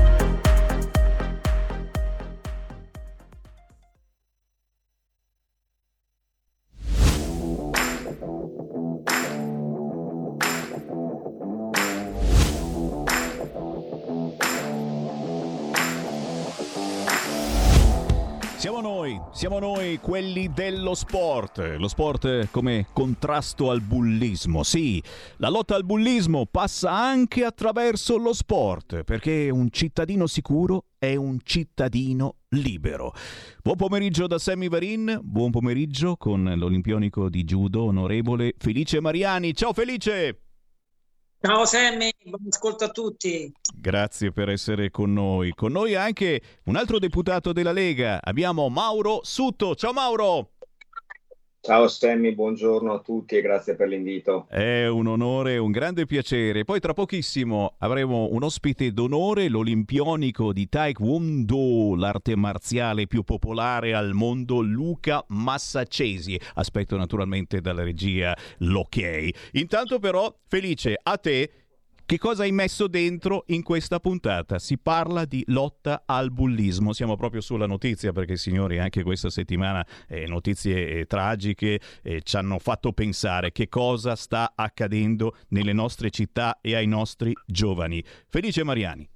Siamo noi quelli dello sport. Lo sport come contrasto al bullismo. Sì, la lotta al bullismo passa anche attraverso lo sport, perché un cittadino sicuro è un cittadino libero. Buon pomeriggio da Sammy Varin, buon pomeriggio con l'olimpionico di judo onorevole Felice Mariani. Ciao Felice! Ciao Sammy, buon ascolto a tutti. Grazie per essere con noi. Con noi anche un altro deputato della Lega. Abbiamo Mauro Sutto. Ciao Mauro! Ciao Sammy, buongiorno a tutti e grazie per l'invito. È un onore, un grande piacere. Poi tra pochissimo avremo un ospite d'onore, l'olimpionico di Taekwondo, l'arte marziale più popolare al mondo, Luca Massaccesi. Aspetto naturalmente dalla regia l'ok. Intanto però, Felice, a te, che cosa hai messo dentro in questa puntata? Si parla di lotta al bullismo. Siamo proprio sulla notizia perché, signori, anche questa settimana notizie tragiche ci hanno fatto pensare che cosa sta accadendo nelle nostre città e ai nostri giovani. Felice Mariani.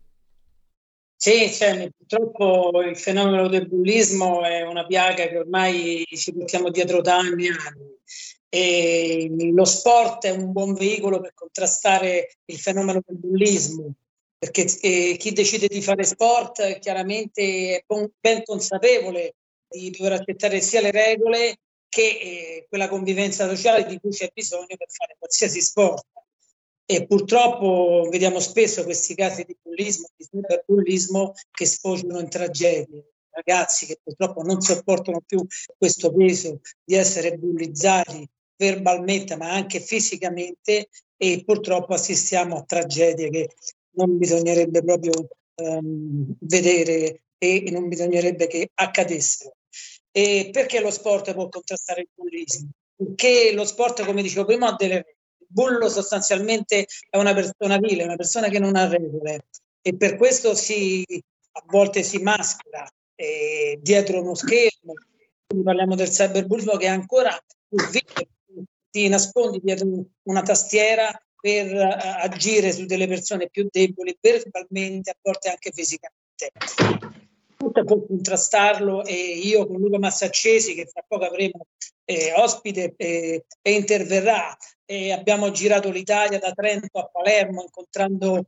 Sì, purtroppo il fenomeno del bullismo è una piaga che ormai ci portiamo dietro da anni e anni. E lo sport è un buon veicolo per contrastare il fenomeno del bullismo, perché chi decide di fare sport chiaramente è ben consapevole di dover accettare sia le regole che quella convivenza sociale di cui c'è bisogno per fare qualsiasi sport. E purtroppo vediamo spesso questi casi di bullismo, di cyberbullismo, che sfociano in tragedie. Ragazzi che purtroppo non sopportano più questo peso di essere bullizzati verbalmente ma anche fisicamente, e purtroppo assistiamo a tragedie che non bisognerebbe proprio vedere e non bisognerebbe che accadessero. E perché lo sport può contrastare il bullismo? Perché lo sport, come dicevo prima, ha delle regole. Il bullo sostanzialmente è una persona vile, una persona che non ha regole, e per questo a volte si maschera dietro uno schermo. Quindi parliamo del cyberbullismo, che è ancora più vile. Ti nascondi dietro una tastiera per agire su delle persone più deboli verbalmente, a volte anche fisicamente. Tutto può contrastarlo, e io con Luca Massaccesi, che fra poco avremo ospite e interverrà, abbiamo girato l'Italia da Trento a Palermo, incontrando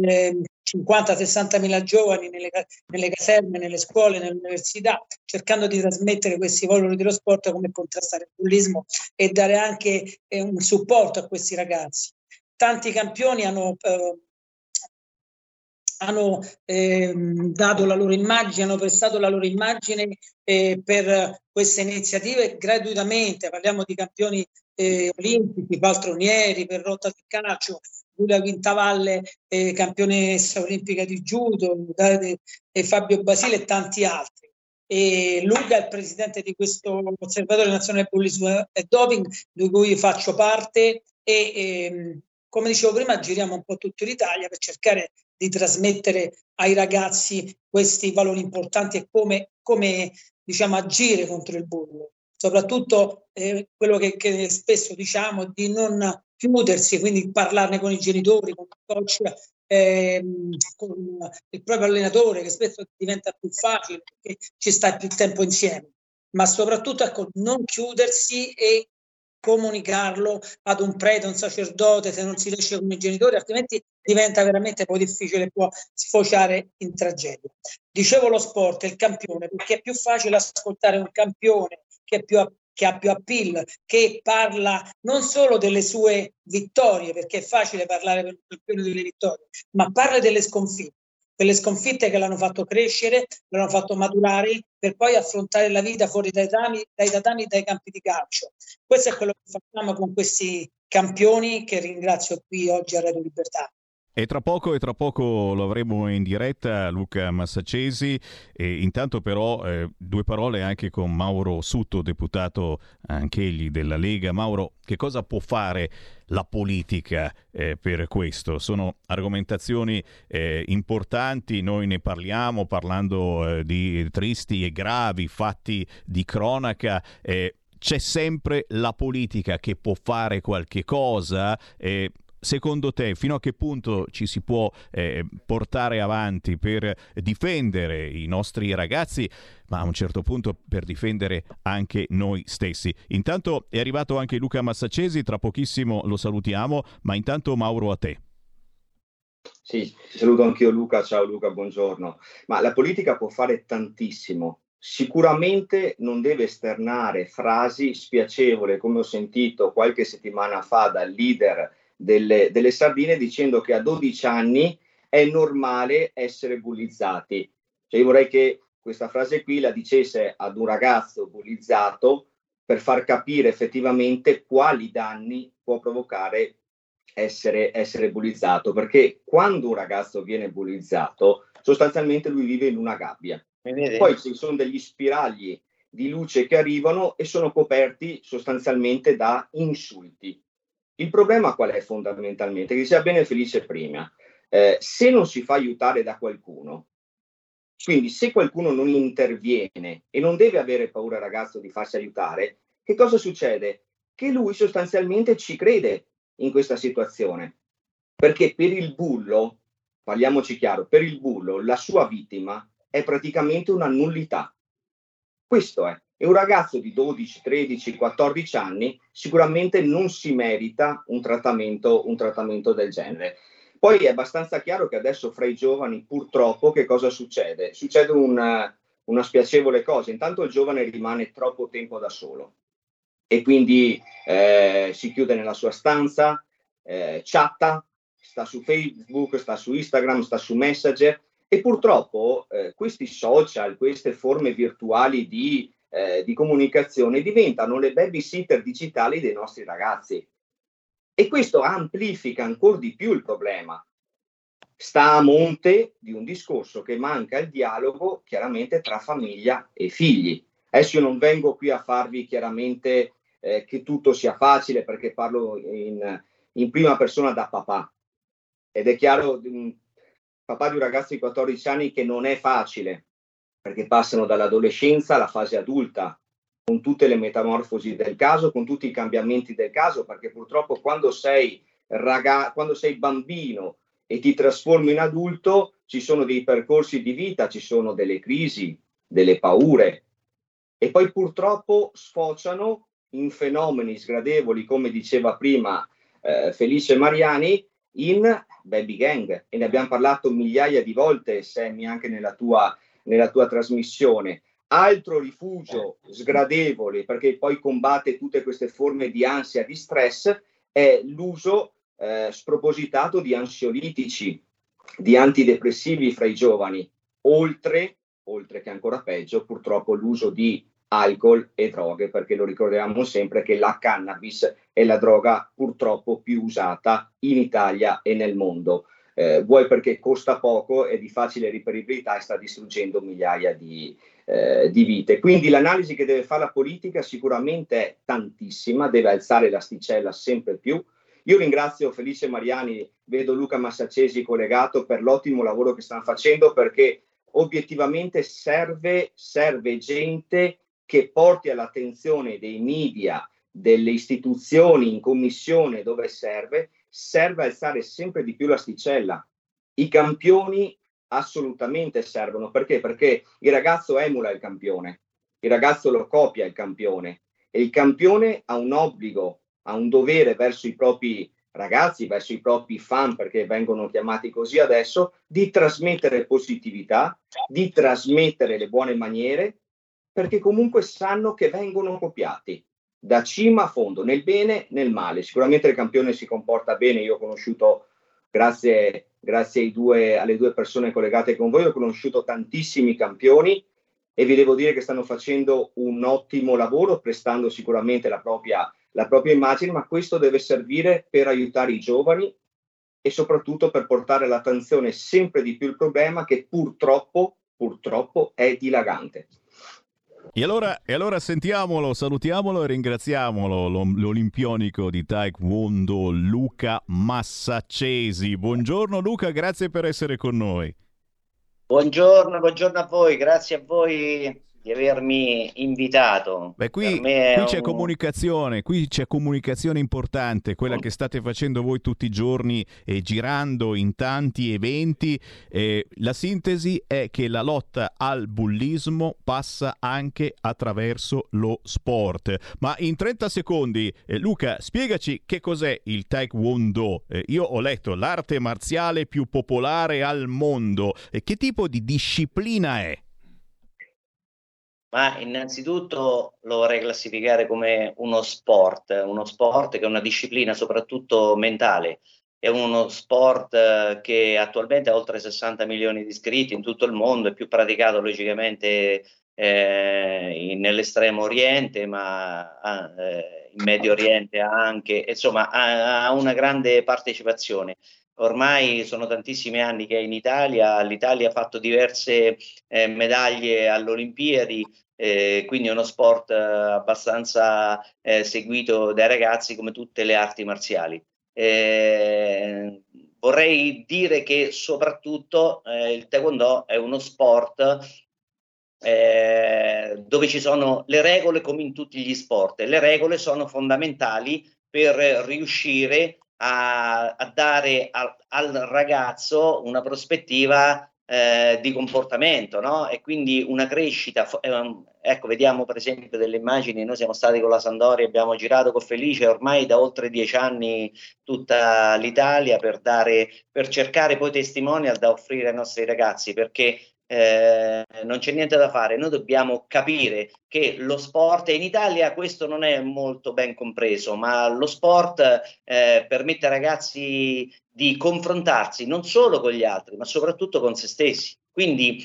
50-60 mila giovani nelle caserme, nelle scuole, nelle università, cercando di trasmettere questi valori dello sport, come contrastare il bullismo e dare anche un supporto a questi ragazzi. Tanti campioni hanno dato la loro immagine, hanno prestato la loro immagine per queste iniziative gratuitamente. Parliamo di campioni olimpici, paltronieri, Perrotta del calcio, Giulia Quintavalle, campionessa olimpica di judo, e Fabio Basile e tanti altri. E Luca è il presidente di questo Osservatorio Nazionale Bullismo e Doping, di cui faccio parte, e come dicevo prima giriamo un po' tutta l'Italia per cercare di trasmettere ai ragazzi questi valori importanti e come diciamo agire contro il bullismo. Soprattutto quello che spesso diciamo, di non chiudersi, quindi parlarne con i genitori, con il coach, con il proprio allenatore, che spesso diventa più facile perché ci sta più tempo insieme, ma soprattutto non chiudersi e comunicarlo ad un prete, un sacerdote, se non si riesce con i genitori, altrimenti diventa veramente poi difficile, può sfociare in tragedia. Dicevo lo sport, il campione, perché è più facile ascoltare un campione che ha più appeal, che parla non solo delle sue vittorie, perché è facile parlare per un campione delle vittorie, ma parla delle sconfitte. Quelle sconfitte che l'hanno fatto crescere, l'hanno fatto maturare, per poi affrontare la vita fuori dai tatami, dai campi di calcio. Questo è quello che facciamo con questi campioni, che ringrazio qui oggi a Radio Libertà. E tra poco lo avremo in diretta, Luca Massaccesi. E intanto però due parole anche con Mauro Sutto, deputato anch'egli della Lega. Mauro, che cosa può fare la politica per questo? Sono argomentazioni importanti, noi ne parliamo parlando di tristi e gravi fatti di cronaca. C'è sempre la politica che può fare qualche cosa. Secondo te, fino a che punto ci si può portare avanti per difendere i nostri ragazzi, ma a un certo punto per difendere anche noi stessi? Intanto è arrivato anche Luca Massaccesi, tra pochissimo lo salutiamo, ma intanto Mauro, a te. Sì, ti saluto anch'io Luca, ciao Luca, buongiorno. Ma la politica può fare tantissimo. Sicuramente non deve esternare frasi spiacevoli, come ho sentito qualche settimana fa dal leader delle sardine, dicendo che a 12 anni è normale essere bullizzati. Cioè, io vorrei che questa frase qui la dicesse ad un ragazzo bullizzato per far capire effettivamente quali danni può provocare essere bullizzato, perché quando un ragazzo viene bullizzato sostanzialmente lui vive in una gabbia. Poi ci sono degli spiragli di luce che arrivano e sono coperti sostanzialmente da insulti. Il problema qual è fondamentalmente? Che diceva bene Felice prima, se non si fa aiutare da qualcuno, quindi se qualcuno non interviene e non deve avere paura il ragazzo di farsi aiutare, che cosa succede? Che lui sostanzialmente ci crede in questa situazione, perché per il bullo, parliamoci chiaro, per il bullo la sua vittima è praticamente una nullità. Questo è. E un ragazzo di 12, 13, 14 anni sicuramente non si merita un trattamento del genere. Poi è abbastanza chiaro che adesso fra i giovani purtroppo che cosa succede? Succede una spiacevole cosa. Intanto il giovane rimane troppo tempo da solo e quindi si chiude nella sua stanza, chatta, sta su Facebook, sta su Instagram, sta su Messenger e purtroppo questi social, queste forme virtuali di comunicazione diventano le babysitter digitali dei nostri ragazzi e questo amplifica ancora di più il problema. Sta a monte di un discorso che manca il dialogo chiaramente tra famiglia e figli. Adesso io non vengo qui a farvi chiaramente che tutto sia facile, perché parlo in prima persona da papà ed è chiaro, papà di un ragazzo di 14 anni, che non è facile, perché passano dall'adolescenza alla fase adulta, con tutte le metamorfosi del caso, con tutti i cambiamenti del caso, perché purtroppo quando sei bambino e ti trasformi in adulto, ci sono dei percorsi di vita, ci sono delle crisi, delle paure, e poi purtroppo sfociano in fenomeni sgradevoli, come diceva prima Felice Mariani, in baby gang, e ne abbiamo parlato migliaia di volte, Sammy, anche nella tua trasmissione. Altro rifugio sgradevole, perché poi combatte tutte queste forme di ansia, di stress, è l'uso spropositato di ansiolitici, di antidepressivi fra i giovani, oltre che ancora peggio purtroppo l'uso di alcol e droghe, perché lo ricordiamo sempre che la cannabis è la droga purtroppo più usata in Italia e nel mondo. Vuoi perché costa poco, è di facile riperibilità e sta distruggendo migliaia di vite. Quindi l'analisi che deve fare la politica sicuramente è tantissima, deve alzare l'asticella sempre più. Io ringrazio Felice Mariani, vedo Luca Massaccesi collegato, per l'ottimo lavoro che stanno facendo, perché obiettivamente serve gente che porti all'attenzione dei media, delle istituzioni, in commissione dove serve alzare sempre di più l'asticella. I campioni assolutamente servono. Perché? Perché il ragazzo emula il campione, il ragazzo lo copia il campione, e il campione ha un obbligo, ha un dovere verso i propri ragazzi, verso i propri fan, perché vengono chiamati così adesso, di trasmettere positività, di trasmettere le buone maniere, perché comunque sanno che vengono copiati da cima a fondo, nel bene, nel male. Sicuramente il campione si comporta bene. Io ho conosciuto, grazie alle due persone collegate con voi, ho conosciuto tantissimi campioni e vi devo dire che stanno facendo un ottimo lavoro, prestando sicuramente la propria immagine, ma questo deve servire per aiutare i giovani e soprattutto per portare all'attenzione sempre di più il problema che purtroppo è dilagante. E allora sentiamolo, salutiamolo e ringraziamolo, l'olimpionico di Taekwondo Luca Massaccesi. Buongiorno Luca, grazie per essere con noi. Buongiorno a voi, grazie a voi di avermi invitato. Beh, qui c'è comunicazione, importante, quella che state facendo voi tutti i giorni girando in tanti eventi. La sintesi è che la lotta al bullismo passa anche attraverso lo sport. Ma in 30 secondi, Luca, spiegaci che cos'è il Taekwondo. Io ho letto l'arte marziale più popolare al mondo. Che tipo di disciplina è? Ma innanzitutto lo vorrei classificare come uno sport che è una disciplina soprattutto mentale. È uno sport che attualmente ha oltre 60 milioni di iscritti in tutto il mondo, è più praticato logicamente nell'estremo oriente, ma in Medio Oriente anche, insomma ha una grande partecipazione. Ormai sono tantissimi anni che è in Italia, l'Italia ha fatto diverse medaglie alle Olimpiadi, quindi è uno sport abbastanza seguito dai ragazzi come tutte le arti marziali. Vorrei dire che soprattutto il Taekwondo è uno sport dove ci sono le regole come in tutti gli sport, e le regole sono fondamentali per riuscire a dare al ragazzo una prospettiva di comportamento, no? E quindi una crescita. Ecco, vediamo per esempio delle immagini. Noi siamo stati con la Sampdoria, abbiamo girato con Felice ormai da oltre 10 anni tutta l'Italia per cercare poi testimonial da offrire ai nostri ragazzi, perché non c'è niente da fare. Noi dobbiamo capire che lo sport, e in Italia questo non è molto ben compreso, ma lo sport permette ai ragazzi di confrontarsi non solo con gli altri, ma soprattutto con se stessi. Quindi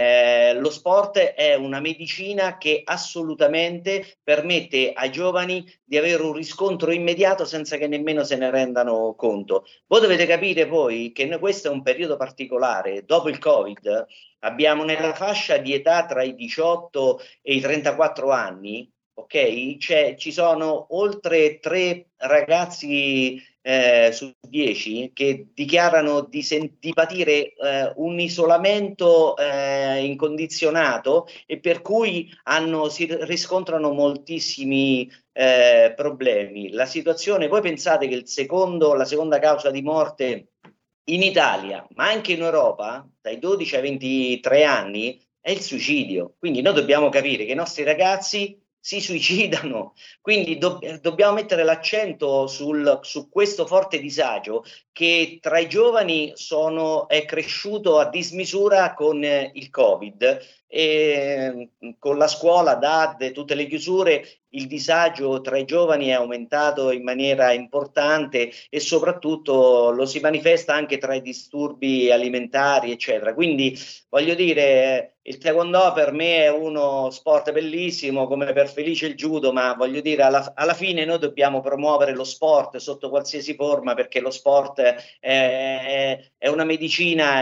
lo sport è una medicina che assolutamente permette ai giovani di avere un riscontro immediato senza che nemmeno se ne rendano conto. Voi dovete capire poi che questo è un periodo particolare. Dopo il Covid abbiamo nella fascia di età tra i 18 e i 34 anni, ok? Ci sono oltre 3 ragazzi su 10 che dichiarano di patire un isolamento incondizionato, e per cui si riscontrano moltissimi problemi. La situazione, voi pensate che la seconda causa di morte in Italia, ma anche in Europa, dai 12 ai 23 anni, è il suicidio. Quindi noi dobbiamo capire che i nostri ragazzi si suicidano, quindi dobbiamo mettere l'accento su questo forte disagio che tra i giovani è cresciuto a dismisura con il Covid, e con la scuola, DAD, tutte le chiusure, il disagio tra i giovani è aumentato in maniera importante, e soprattutto lo si manifesta anche tra i disturbi alimentari, eccetera. Quindi voglio dire, il Taekwondo per me è uno sport bellissimo, come per Felice il judo, ma voglio dire, alla fine noi dobbiamo promuovere lo sport sotto qualsiasi forma, perché lo sport è una medicina,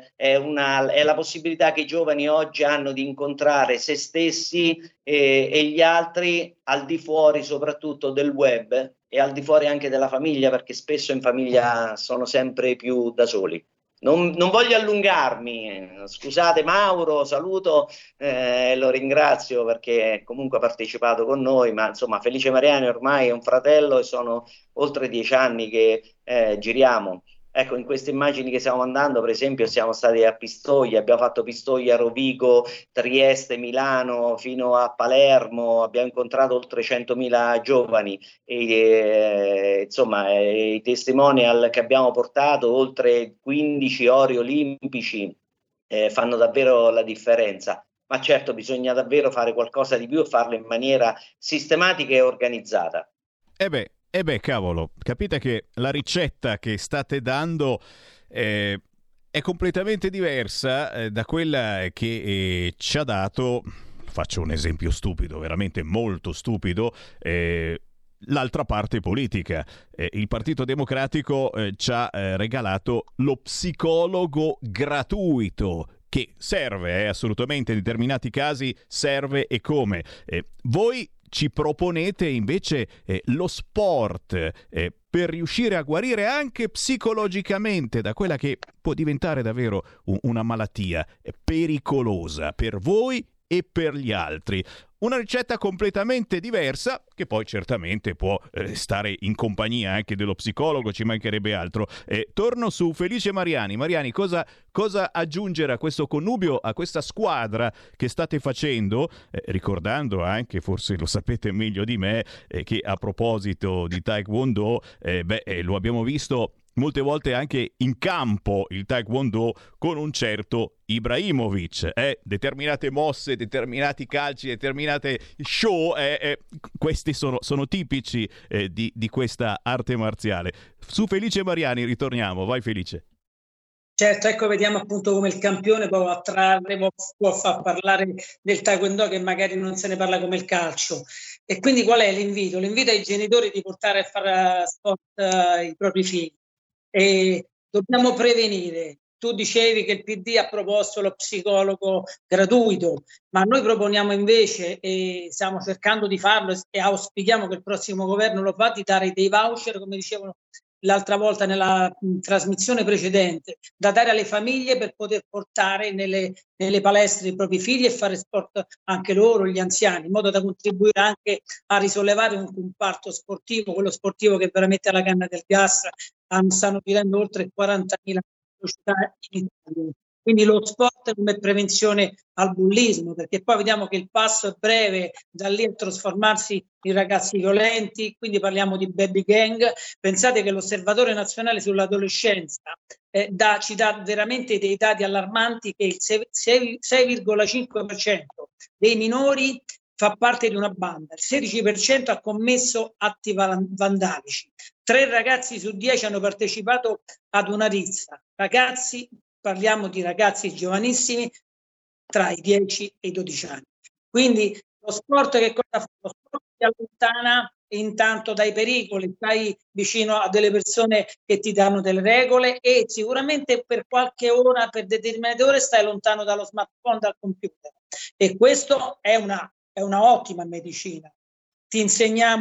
è la possibilità che i giovani oggi hanno di incontrare se stessi e gli altri al di fuori soprattutto del web, e al di fuori anche della famiglia, perché spesso in famiglia sono sempre più da soli. Non voglio allungarmi, scusate Mauro, saluto, lo ringrazio perché comunque ha partecipato con noi, ma insomma Felice Mariani ormai è un fratello e sono oltre 10 anni che giriamo. Ecco, in queste immagini che stiamo andando, per esempio, siamo stati a Pistoia, abbiamo fatto Pistoia, Rovigo, Trieste, Milano, fino a Palermo, abbiamo incontrato oltre 100.000 giovani, e insomma i testimonial che abbiamo portato, oltre 15 ori olimpici, fanno davvero la differenza. Ma certo, bisogna davvero fare qualcosa di più e farlo in maniera sistematica e organizzata. E beh, cavolo, capite che la ricetta che state dando è completamente diversa da quella che ci ha dato, faccio un esempio stupido, veramente molto stupido, l'altra parte politica. Il Partito Democratico ci ha regalato lo psicologo gratuito, che serve assolutamente in determinati casi, serve e come. Voi ci proponete invece lo sport per riuscire a guarire anche psicologicamente da quella che può diventare davvero una malattia pericolosa per voi e per gli altri. Una ricetta completamente diversa, che poi certamente può stare in compagnia anche dello psicologo, ci mancherebbe altro. Torno su Felice Mariani. Mariani, cosa aggiungere a questo connubio, a questa squadra che state facendo? Ricordando anche, forse lo sapete meglio di me, che a proposito di Taekwondo, lo abbiamo visto molte volte anche in campo, il Taekwondo, con un certo Ibrahimovic. Determinate mosse, determinati calci, determinate show, questi sono tipici di questa arte marziale. Su Felice Mariani ritorniamo, vai Felice. Certo, ecco, vediamo appunto come il campione può attrarre, può far parlare del Taekwondo che magari non se ne parla come il calcio. E quindi qual è l'invito? L'invito ai genitori di portare a fare sport i propri figli. E dobbiamo prevenire. Tu dicevi che il PD ha proposto lo psicologo gratuito, ma noi proponiamo invece, e stiamo cercando di farlo e auspichiamo che il prossimo governo lo fa, di dare dei voucher, come dicevano l'altra volta nella trasmissione precedente, da dare alle famiglie per poter portare nelle palestre i propri figli e fare sport anche loro, gli anziani, in modo da contribuire anche a risollevare un comparto sportivo, quello sportivo che veramente alla canna del gas stanno tirando oltre 40.000 società in Italia. Quindi lo sport come prevenzione al bullismo, perché poi vediamo che il passo è breve da lì a trasformarsi in ragazzi violenti, quindi parliamo di baby gang. Pensate che l'Osservatorio Nazionale sull'Adolescenza ci dà veramente dei dati allarmanti, che il 6,5% dei minori fa parte di una banda, il 16% ha commesso atti vandalici, 3 ragazzi su 10 hanno partecipato ad una rizza. Ragazzi, parliamo di ragazzi giovanissimi tra i 10 e i 12 anni. Quindi lo sport che cosa fa? Lo sport ti allontana intanto dai pericoli, stai vicino a delle persone che ti danno delle regole e sicuramente per qualche ora, per determinate ore, stai lontano dallo smartphone, dal computer. E questo è una ottima medicina. Ti insegna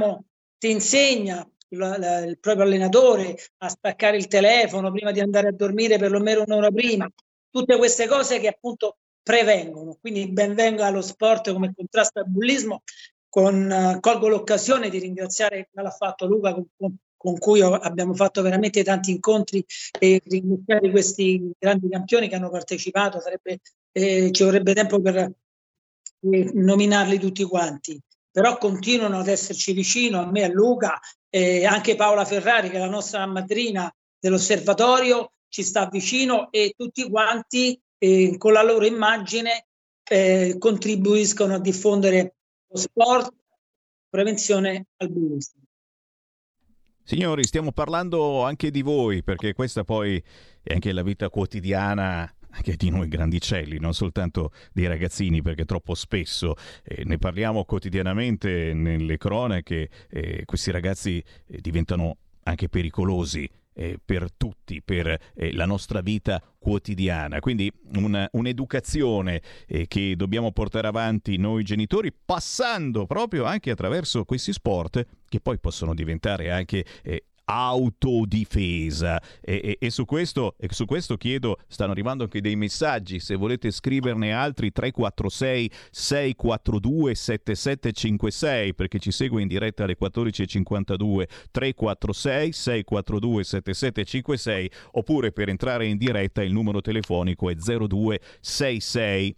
il proprio allenatore a staccare il telefono prima di andare a dormire, perlomeno un'ora prima. Tutte queste cose che appunto prevengono. Quindi ben venga lo sport come contrasto al bullismo. Colgo l'occasione di ringraziare, me l'ha fatto Luca, con cui abbiamo fatto veramente tanti incontri, e ringraziare questi grandi campioni che hanno partecipato. Ci vorrebbe tempo per nominarli tutti quanti, però continuano ad esserci vicino a me, a Luca, anche Paola Ferrari, che è la nostra madrina dell'osservatorio, ci sta vicino, e tutti quanti con la loro immagine contribuiscono a diffondere lo sport, prevenzione al bullismo. Signori, stiamo parlando anche di voi, perché questa poi è anche la vita quotidiana anche di noi grandicelli, non soltanto dei ragazzini, perché troppo spesso ne parliamo quotidianamente nelle cronache. Questi ragazzi diventano anche pericolosi per tutti, per la nostra vita quotidiana. Quindi un'educazione che dobbiamo portare avanti noi genitori, passando proprio anche attraverso questi sport che poi possono diventare anche autodifesa, e su questo chiedo, stanno arrivando anche dei messaggi, se volete scriverne altri, 346 642 7756, perché ci segue in diretta alle 14.52, 346 642 7756, oppure per entrare in diretta il numero telefonico è 0266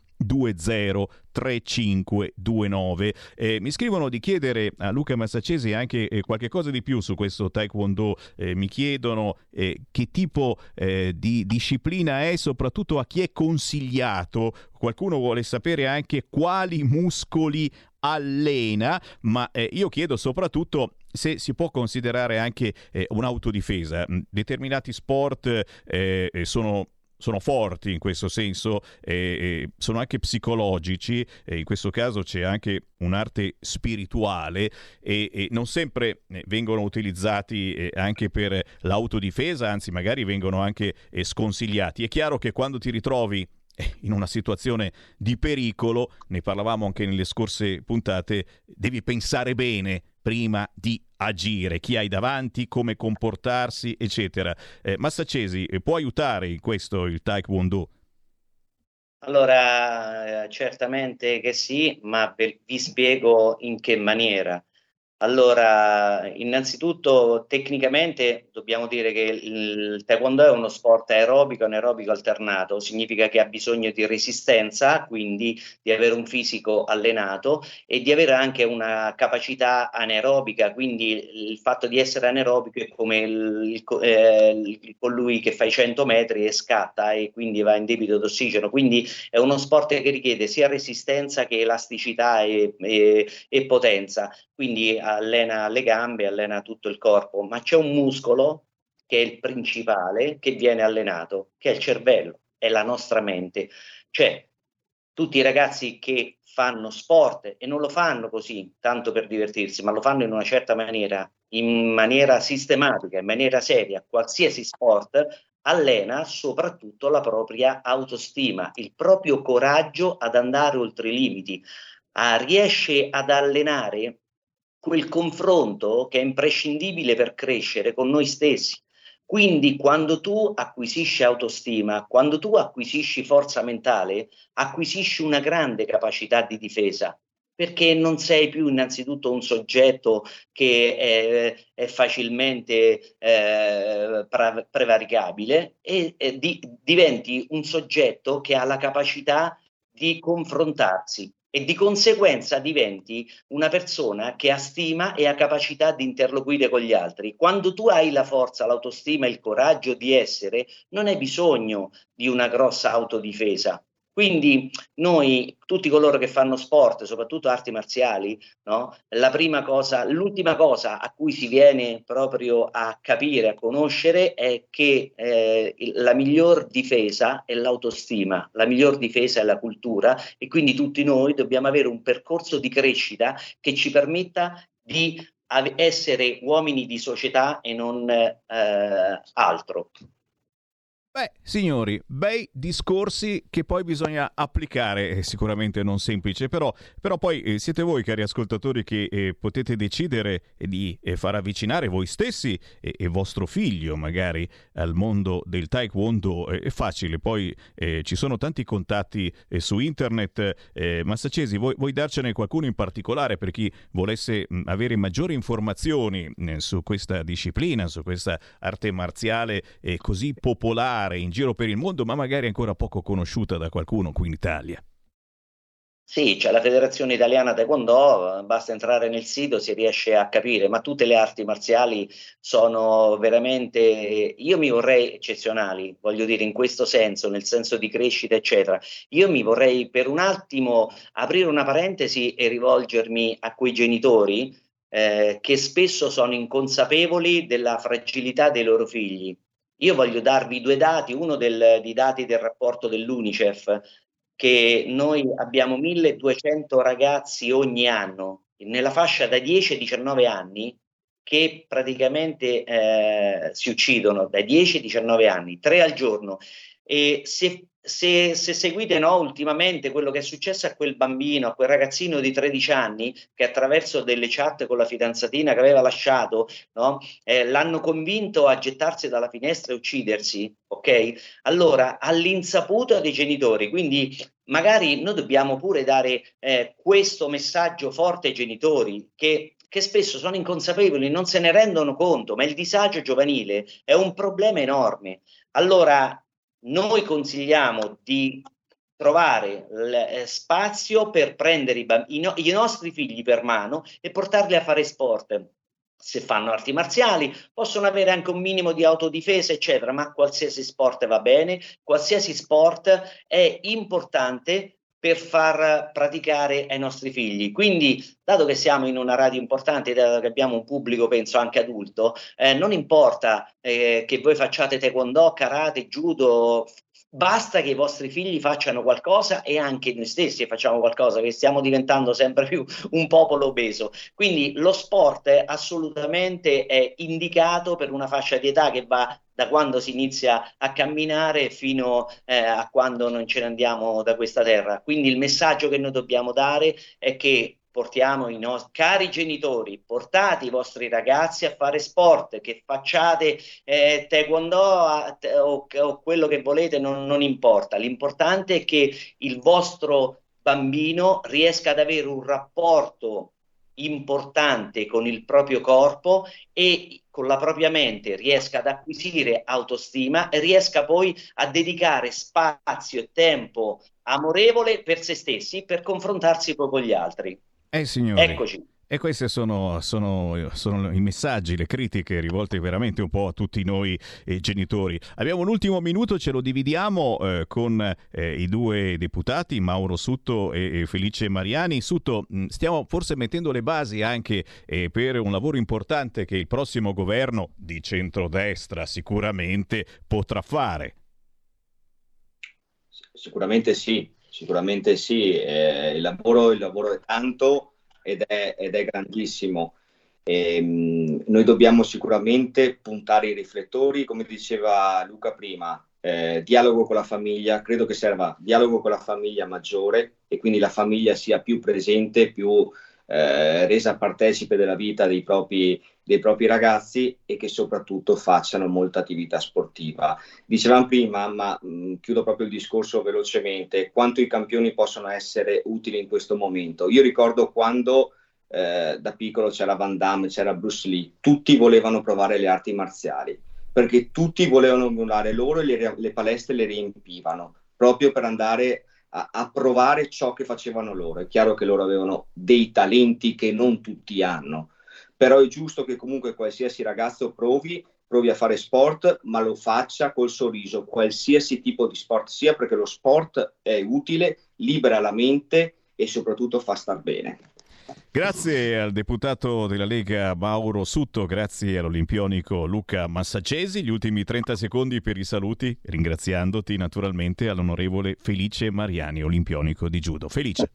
203529. Mi scrivono di chiedere a Luca Massacesi anche qualche cosa di più su questo Taekwondo. Mi chiedono che tipo di disciplina è, soprattutto a chi è consigliato. Qualcuno vuole sapere anche quali muscoli allena, ma io chiedo soprattutto se si può considerare anche un'autodifesa. Determinati sport sono sono forti in questo senso, sono anche psicologici, in questo caso c'è anche un'arte spirituale e non sempre vengono utilizzati anche per l'autodifesa, anzi magari vengono anche sconsigliati. È chiaro che quando ti ritrovi in una situazione di pericolo, ne parlavamo anche nelle scorse puntate, devi pensare bene prima di agire, chi hai davanti, come comportarsi, eccetera. Massacesi, può aiutare in questo il Taekwondo? Allora, certamente che sì, ma vi spiego in che maniera. Allora, innanzitutto tecnicamente dobbiamo dire che il Taekwondo è uno sport aerobico, anaerobico alternato, significa che ha bisogno di resistenza, quindi di avere un fisico allenato e di avere anche una capacità anaerobica, quindi il fatto di essere anaerobico è come colui che fa i 100 metri e scatta e quindi va in debito d'ossigeno, quindi è uno sport che richiede sia resistenza che elasticità e potenza, quindi allena le gambe, allena tutto il corpo, ma c'è un muscolo che è il principale che viene allenato, che è il cervello, è la nostra mente. Cioè, tutti i ragazzi che fanno sport e non lo fanno così, tanto per divertirsi, ma lo fanno in una certa maniera, in maniera sistematica, in maniera seria, qualsiasi sport allena soprattutto la propria autostima, il proprio coraggio ad andare oltre i limiti, riesce ad allenare quel confronto che è imprescindibile per crescere con noi stessi. Quindi quando tu acquisisci autostima, quando tu acquisisci forza mentale, acquisisci una grande capacità di difesa, perché non sei più innanzitutto un soggetto che è facilmente prevaricabile e diventi un soggetto che ha la capacità di confrontarsi. E di conseguenza diventi una persona che ha stima e ha capacità di interloquire con gli altri. Quando tu hai la forza, l'autostima e il coraggio di essere, non hai bisogno di una grossa autodifesa. Quindi noi, tutti coloro che fanno sport, soprattutto arti marziali, no? L'ultima cosa a cui si viene proprio a capire, a conoscere è che la miglior difesa è l'autostima, la miglior difesa è la cultura e quindi tutti noi dobbiamo avere un percorso di crescita che ci permetta di essere uomini di società e non altro. Beh, signori, bei discorsi che poi bisogna applicare, sicuramente non semplice, però poi siete voi, cari ascoltatori, che potete decidere di far avvicinare voi stessi e vostro figlio magari al mondo del Taekwondo. È facile, poi ci sono tanti contatti su internet. Massacesi, vuoi darcene qualcuno in particolare per chi volesse avere maggiori informazioni su questa disciplina, su questa arte marziale così popolare in giro per il mondo, ma magari ancora poco conosciuta da qualcuno qui in Italia? Sì, c'è la Federazione Italiana Taekwondo, basta entrare nel sito, si riesce a capire, ma tutte le arti marziali sono veramente, io mi vorrei eccezionali, voglio dire in questo senso, nel senso di crescita eccetera. Io mi vorrei per un attimo aprire una parentesi e rivolgermi a quei genitori che spesso sono inconsapevoli della fragilità dei loro figli. Io voglio darvi due dati, uno dei dati del rapporto dell'UNICEF, che noi abbiamo 1200 ragazzi ogni anno, nella fascia da 10 ai 19 anni, che praticamente si uccidono, da 10 ai 19 anni, 3 al giorno. E se seguite ultimamente quello che è successo a quel bambino, a quel ragazzino di 13 anni che attraverso delle chat con la fidanzatina che aveva lasciato, l'hanno convinto a gettarsi dalla finestra e uccidersi, ok? Allora, all'insaputa dei genitori, quindi magari noi dobbiamo pure dare questo messaggio forte ai genitori che spesso sono inconsapevoli, non se ne rendono conto, ma il disagio giovanile è un problema enorme. Allora, noi consigliamo di trovare spazio per prendere i nostri figli per mano e portarli a fare sport. Se fanno arti marziali possono avere anche un minimo di autodifesa eccetera, ma qualsiasi sport va bene, qualsiasi sport è importante per far praticare ai nostri figli. Quindi, dato che siamo in una radio importante, dato che abbiamo un pubblico penso anche adulto, non importa che voi facciate taekwondo, karate, judo, Basta che i vostri figli facciano qualcosa e anche noi stessi facciamo qualcosa, che stiamo diventando sempre più un popolo obeso. Quindi lo sport assolutamente è indicato per una fascia di età che va da quando si inizia a camminare fino a quando non ce ne andiamo da questa terra. Quindi il messaggio che noi dobbiamo dare è che portiamo i nostri cari genitori, portate i vostri ragazzi a fare sport, che facciate taekwondo o quello che volete, non importa. L'importante è che il vostro bambino riesca ad avere un rapporto importante con il proprio corpo e con la propria mente, riesca ad acquisire autostima e riesca poi a dedicare spazio e tempo amorevole per se stessi, per confrontarsi poi con gli altri. Signori, eccoci. E questi sono i messaggi, le critiche rivolte veramente un po' a tutti noi genitori. Abbiamo un ultimo minuto, ce lo dividiamo con i due deputati, Mauro Sutto e Felice Mariani. Sutto, stiamo forse mettendo le basi anche per un lavoro importante che il prossimo governo di centrodestra sicuramente potrà fare. Sicuramente sì. Il lavoro è tanto ed è grandissimo. Noi dobbiamo sicuramente puntare i riflettori, come diceva Luca prima, dialogo con la famiglia. Credo che serva dialogo con la famiglia maggiore e quindi la famiglia sia più presente, più resa partecipe della vita dei propri ragazzi e che soprattutto facciano molta attività sportiva. Dicevamo prima, ma chiudo proprio il discorso velocemente, quanto i campioni possono essere utili in questo momento. Io ricordo quando da piccolo c'era Van Damme, c'era Bruce Lee, tutti volevano provare le arti marziali perché tutti volevano emulare loro e le palestre le riempivano proprio per andare a provare ciò che facevano loro. È chiaro che loro avevano dei talenti che non tutti hanno, però è giusto che comunque qualsiasi ragazzo provi a fare sport, ma lo faccia col sorriso, qualsiasi tipo di sport sia, perché lo sport è utile, libera la mente e soprattutto fa star bene. Grazie al deputato della Lega Mauro Sutto, grazie all'olimpionico Luca Massagesi. Gli ultimi 30 secondi per i saluti, ringraziandoti naturalmente all'onorevole Felice Mariani, olimpionico di judo. Felice.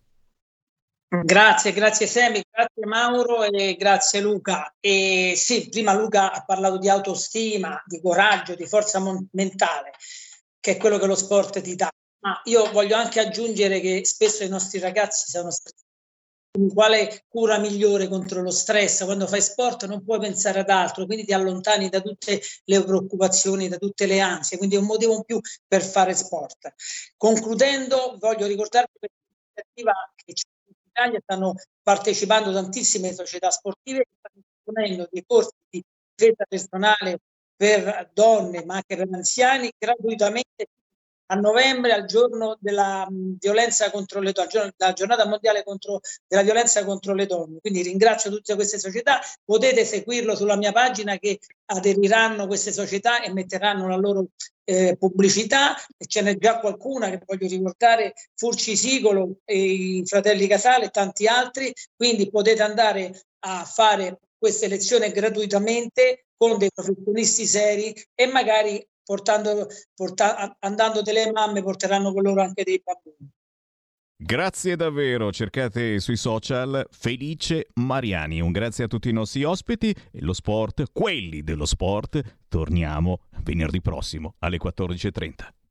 Grazie Semi, grazie Mauro e grazie Luca. E sì, prima Luca ha parlato di autostima, di coraggio, di forza mentale, che è quello che lo sport ti dà. Ma io voglio anche aggiungere che spesso i nostri ragazzi sono stressati. Quale cura migliore contro lo stress? Quando fai sport non puoi pensare ad altro, quindi ti allontani da tutte le preoccupazioni, da tutte le ansie, quindi è un motivo in più per fare sport. Concludendo, voglio ricordarvi che l'iniziativa che in Italia stanno partecipando tantissime società sportive che stanno proponendo dei corsi di difesa personale per donne ma anche per anziani gratuitamente a novembre, al giorno della violenza contro le donne, la giornata mondiale della violenza contro le donne. Quindi ringrazio tutte queste società, potete seguirlo sulla mia pagina che aderiranno queste società e metteranno la loro pubblicità, e ce n'è già qualcuna che voglio ricordare, Furci Sicolo e i Fratelli Casale e tanti altri, quindi potete andare a fare queste lezioni gratuitamente con dei professionisti seri e magari andando delle mamme porteranno con loro anche dei bambini. Grazie davvero, cercate sui social Felice Mariani. Un grazie a tutti i nostri ospiti e lo sport, quelli dello sport, torniamo venerdì prossimo alle 14:30.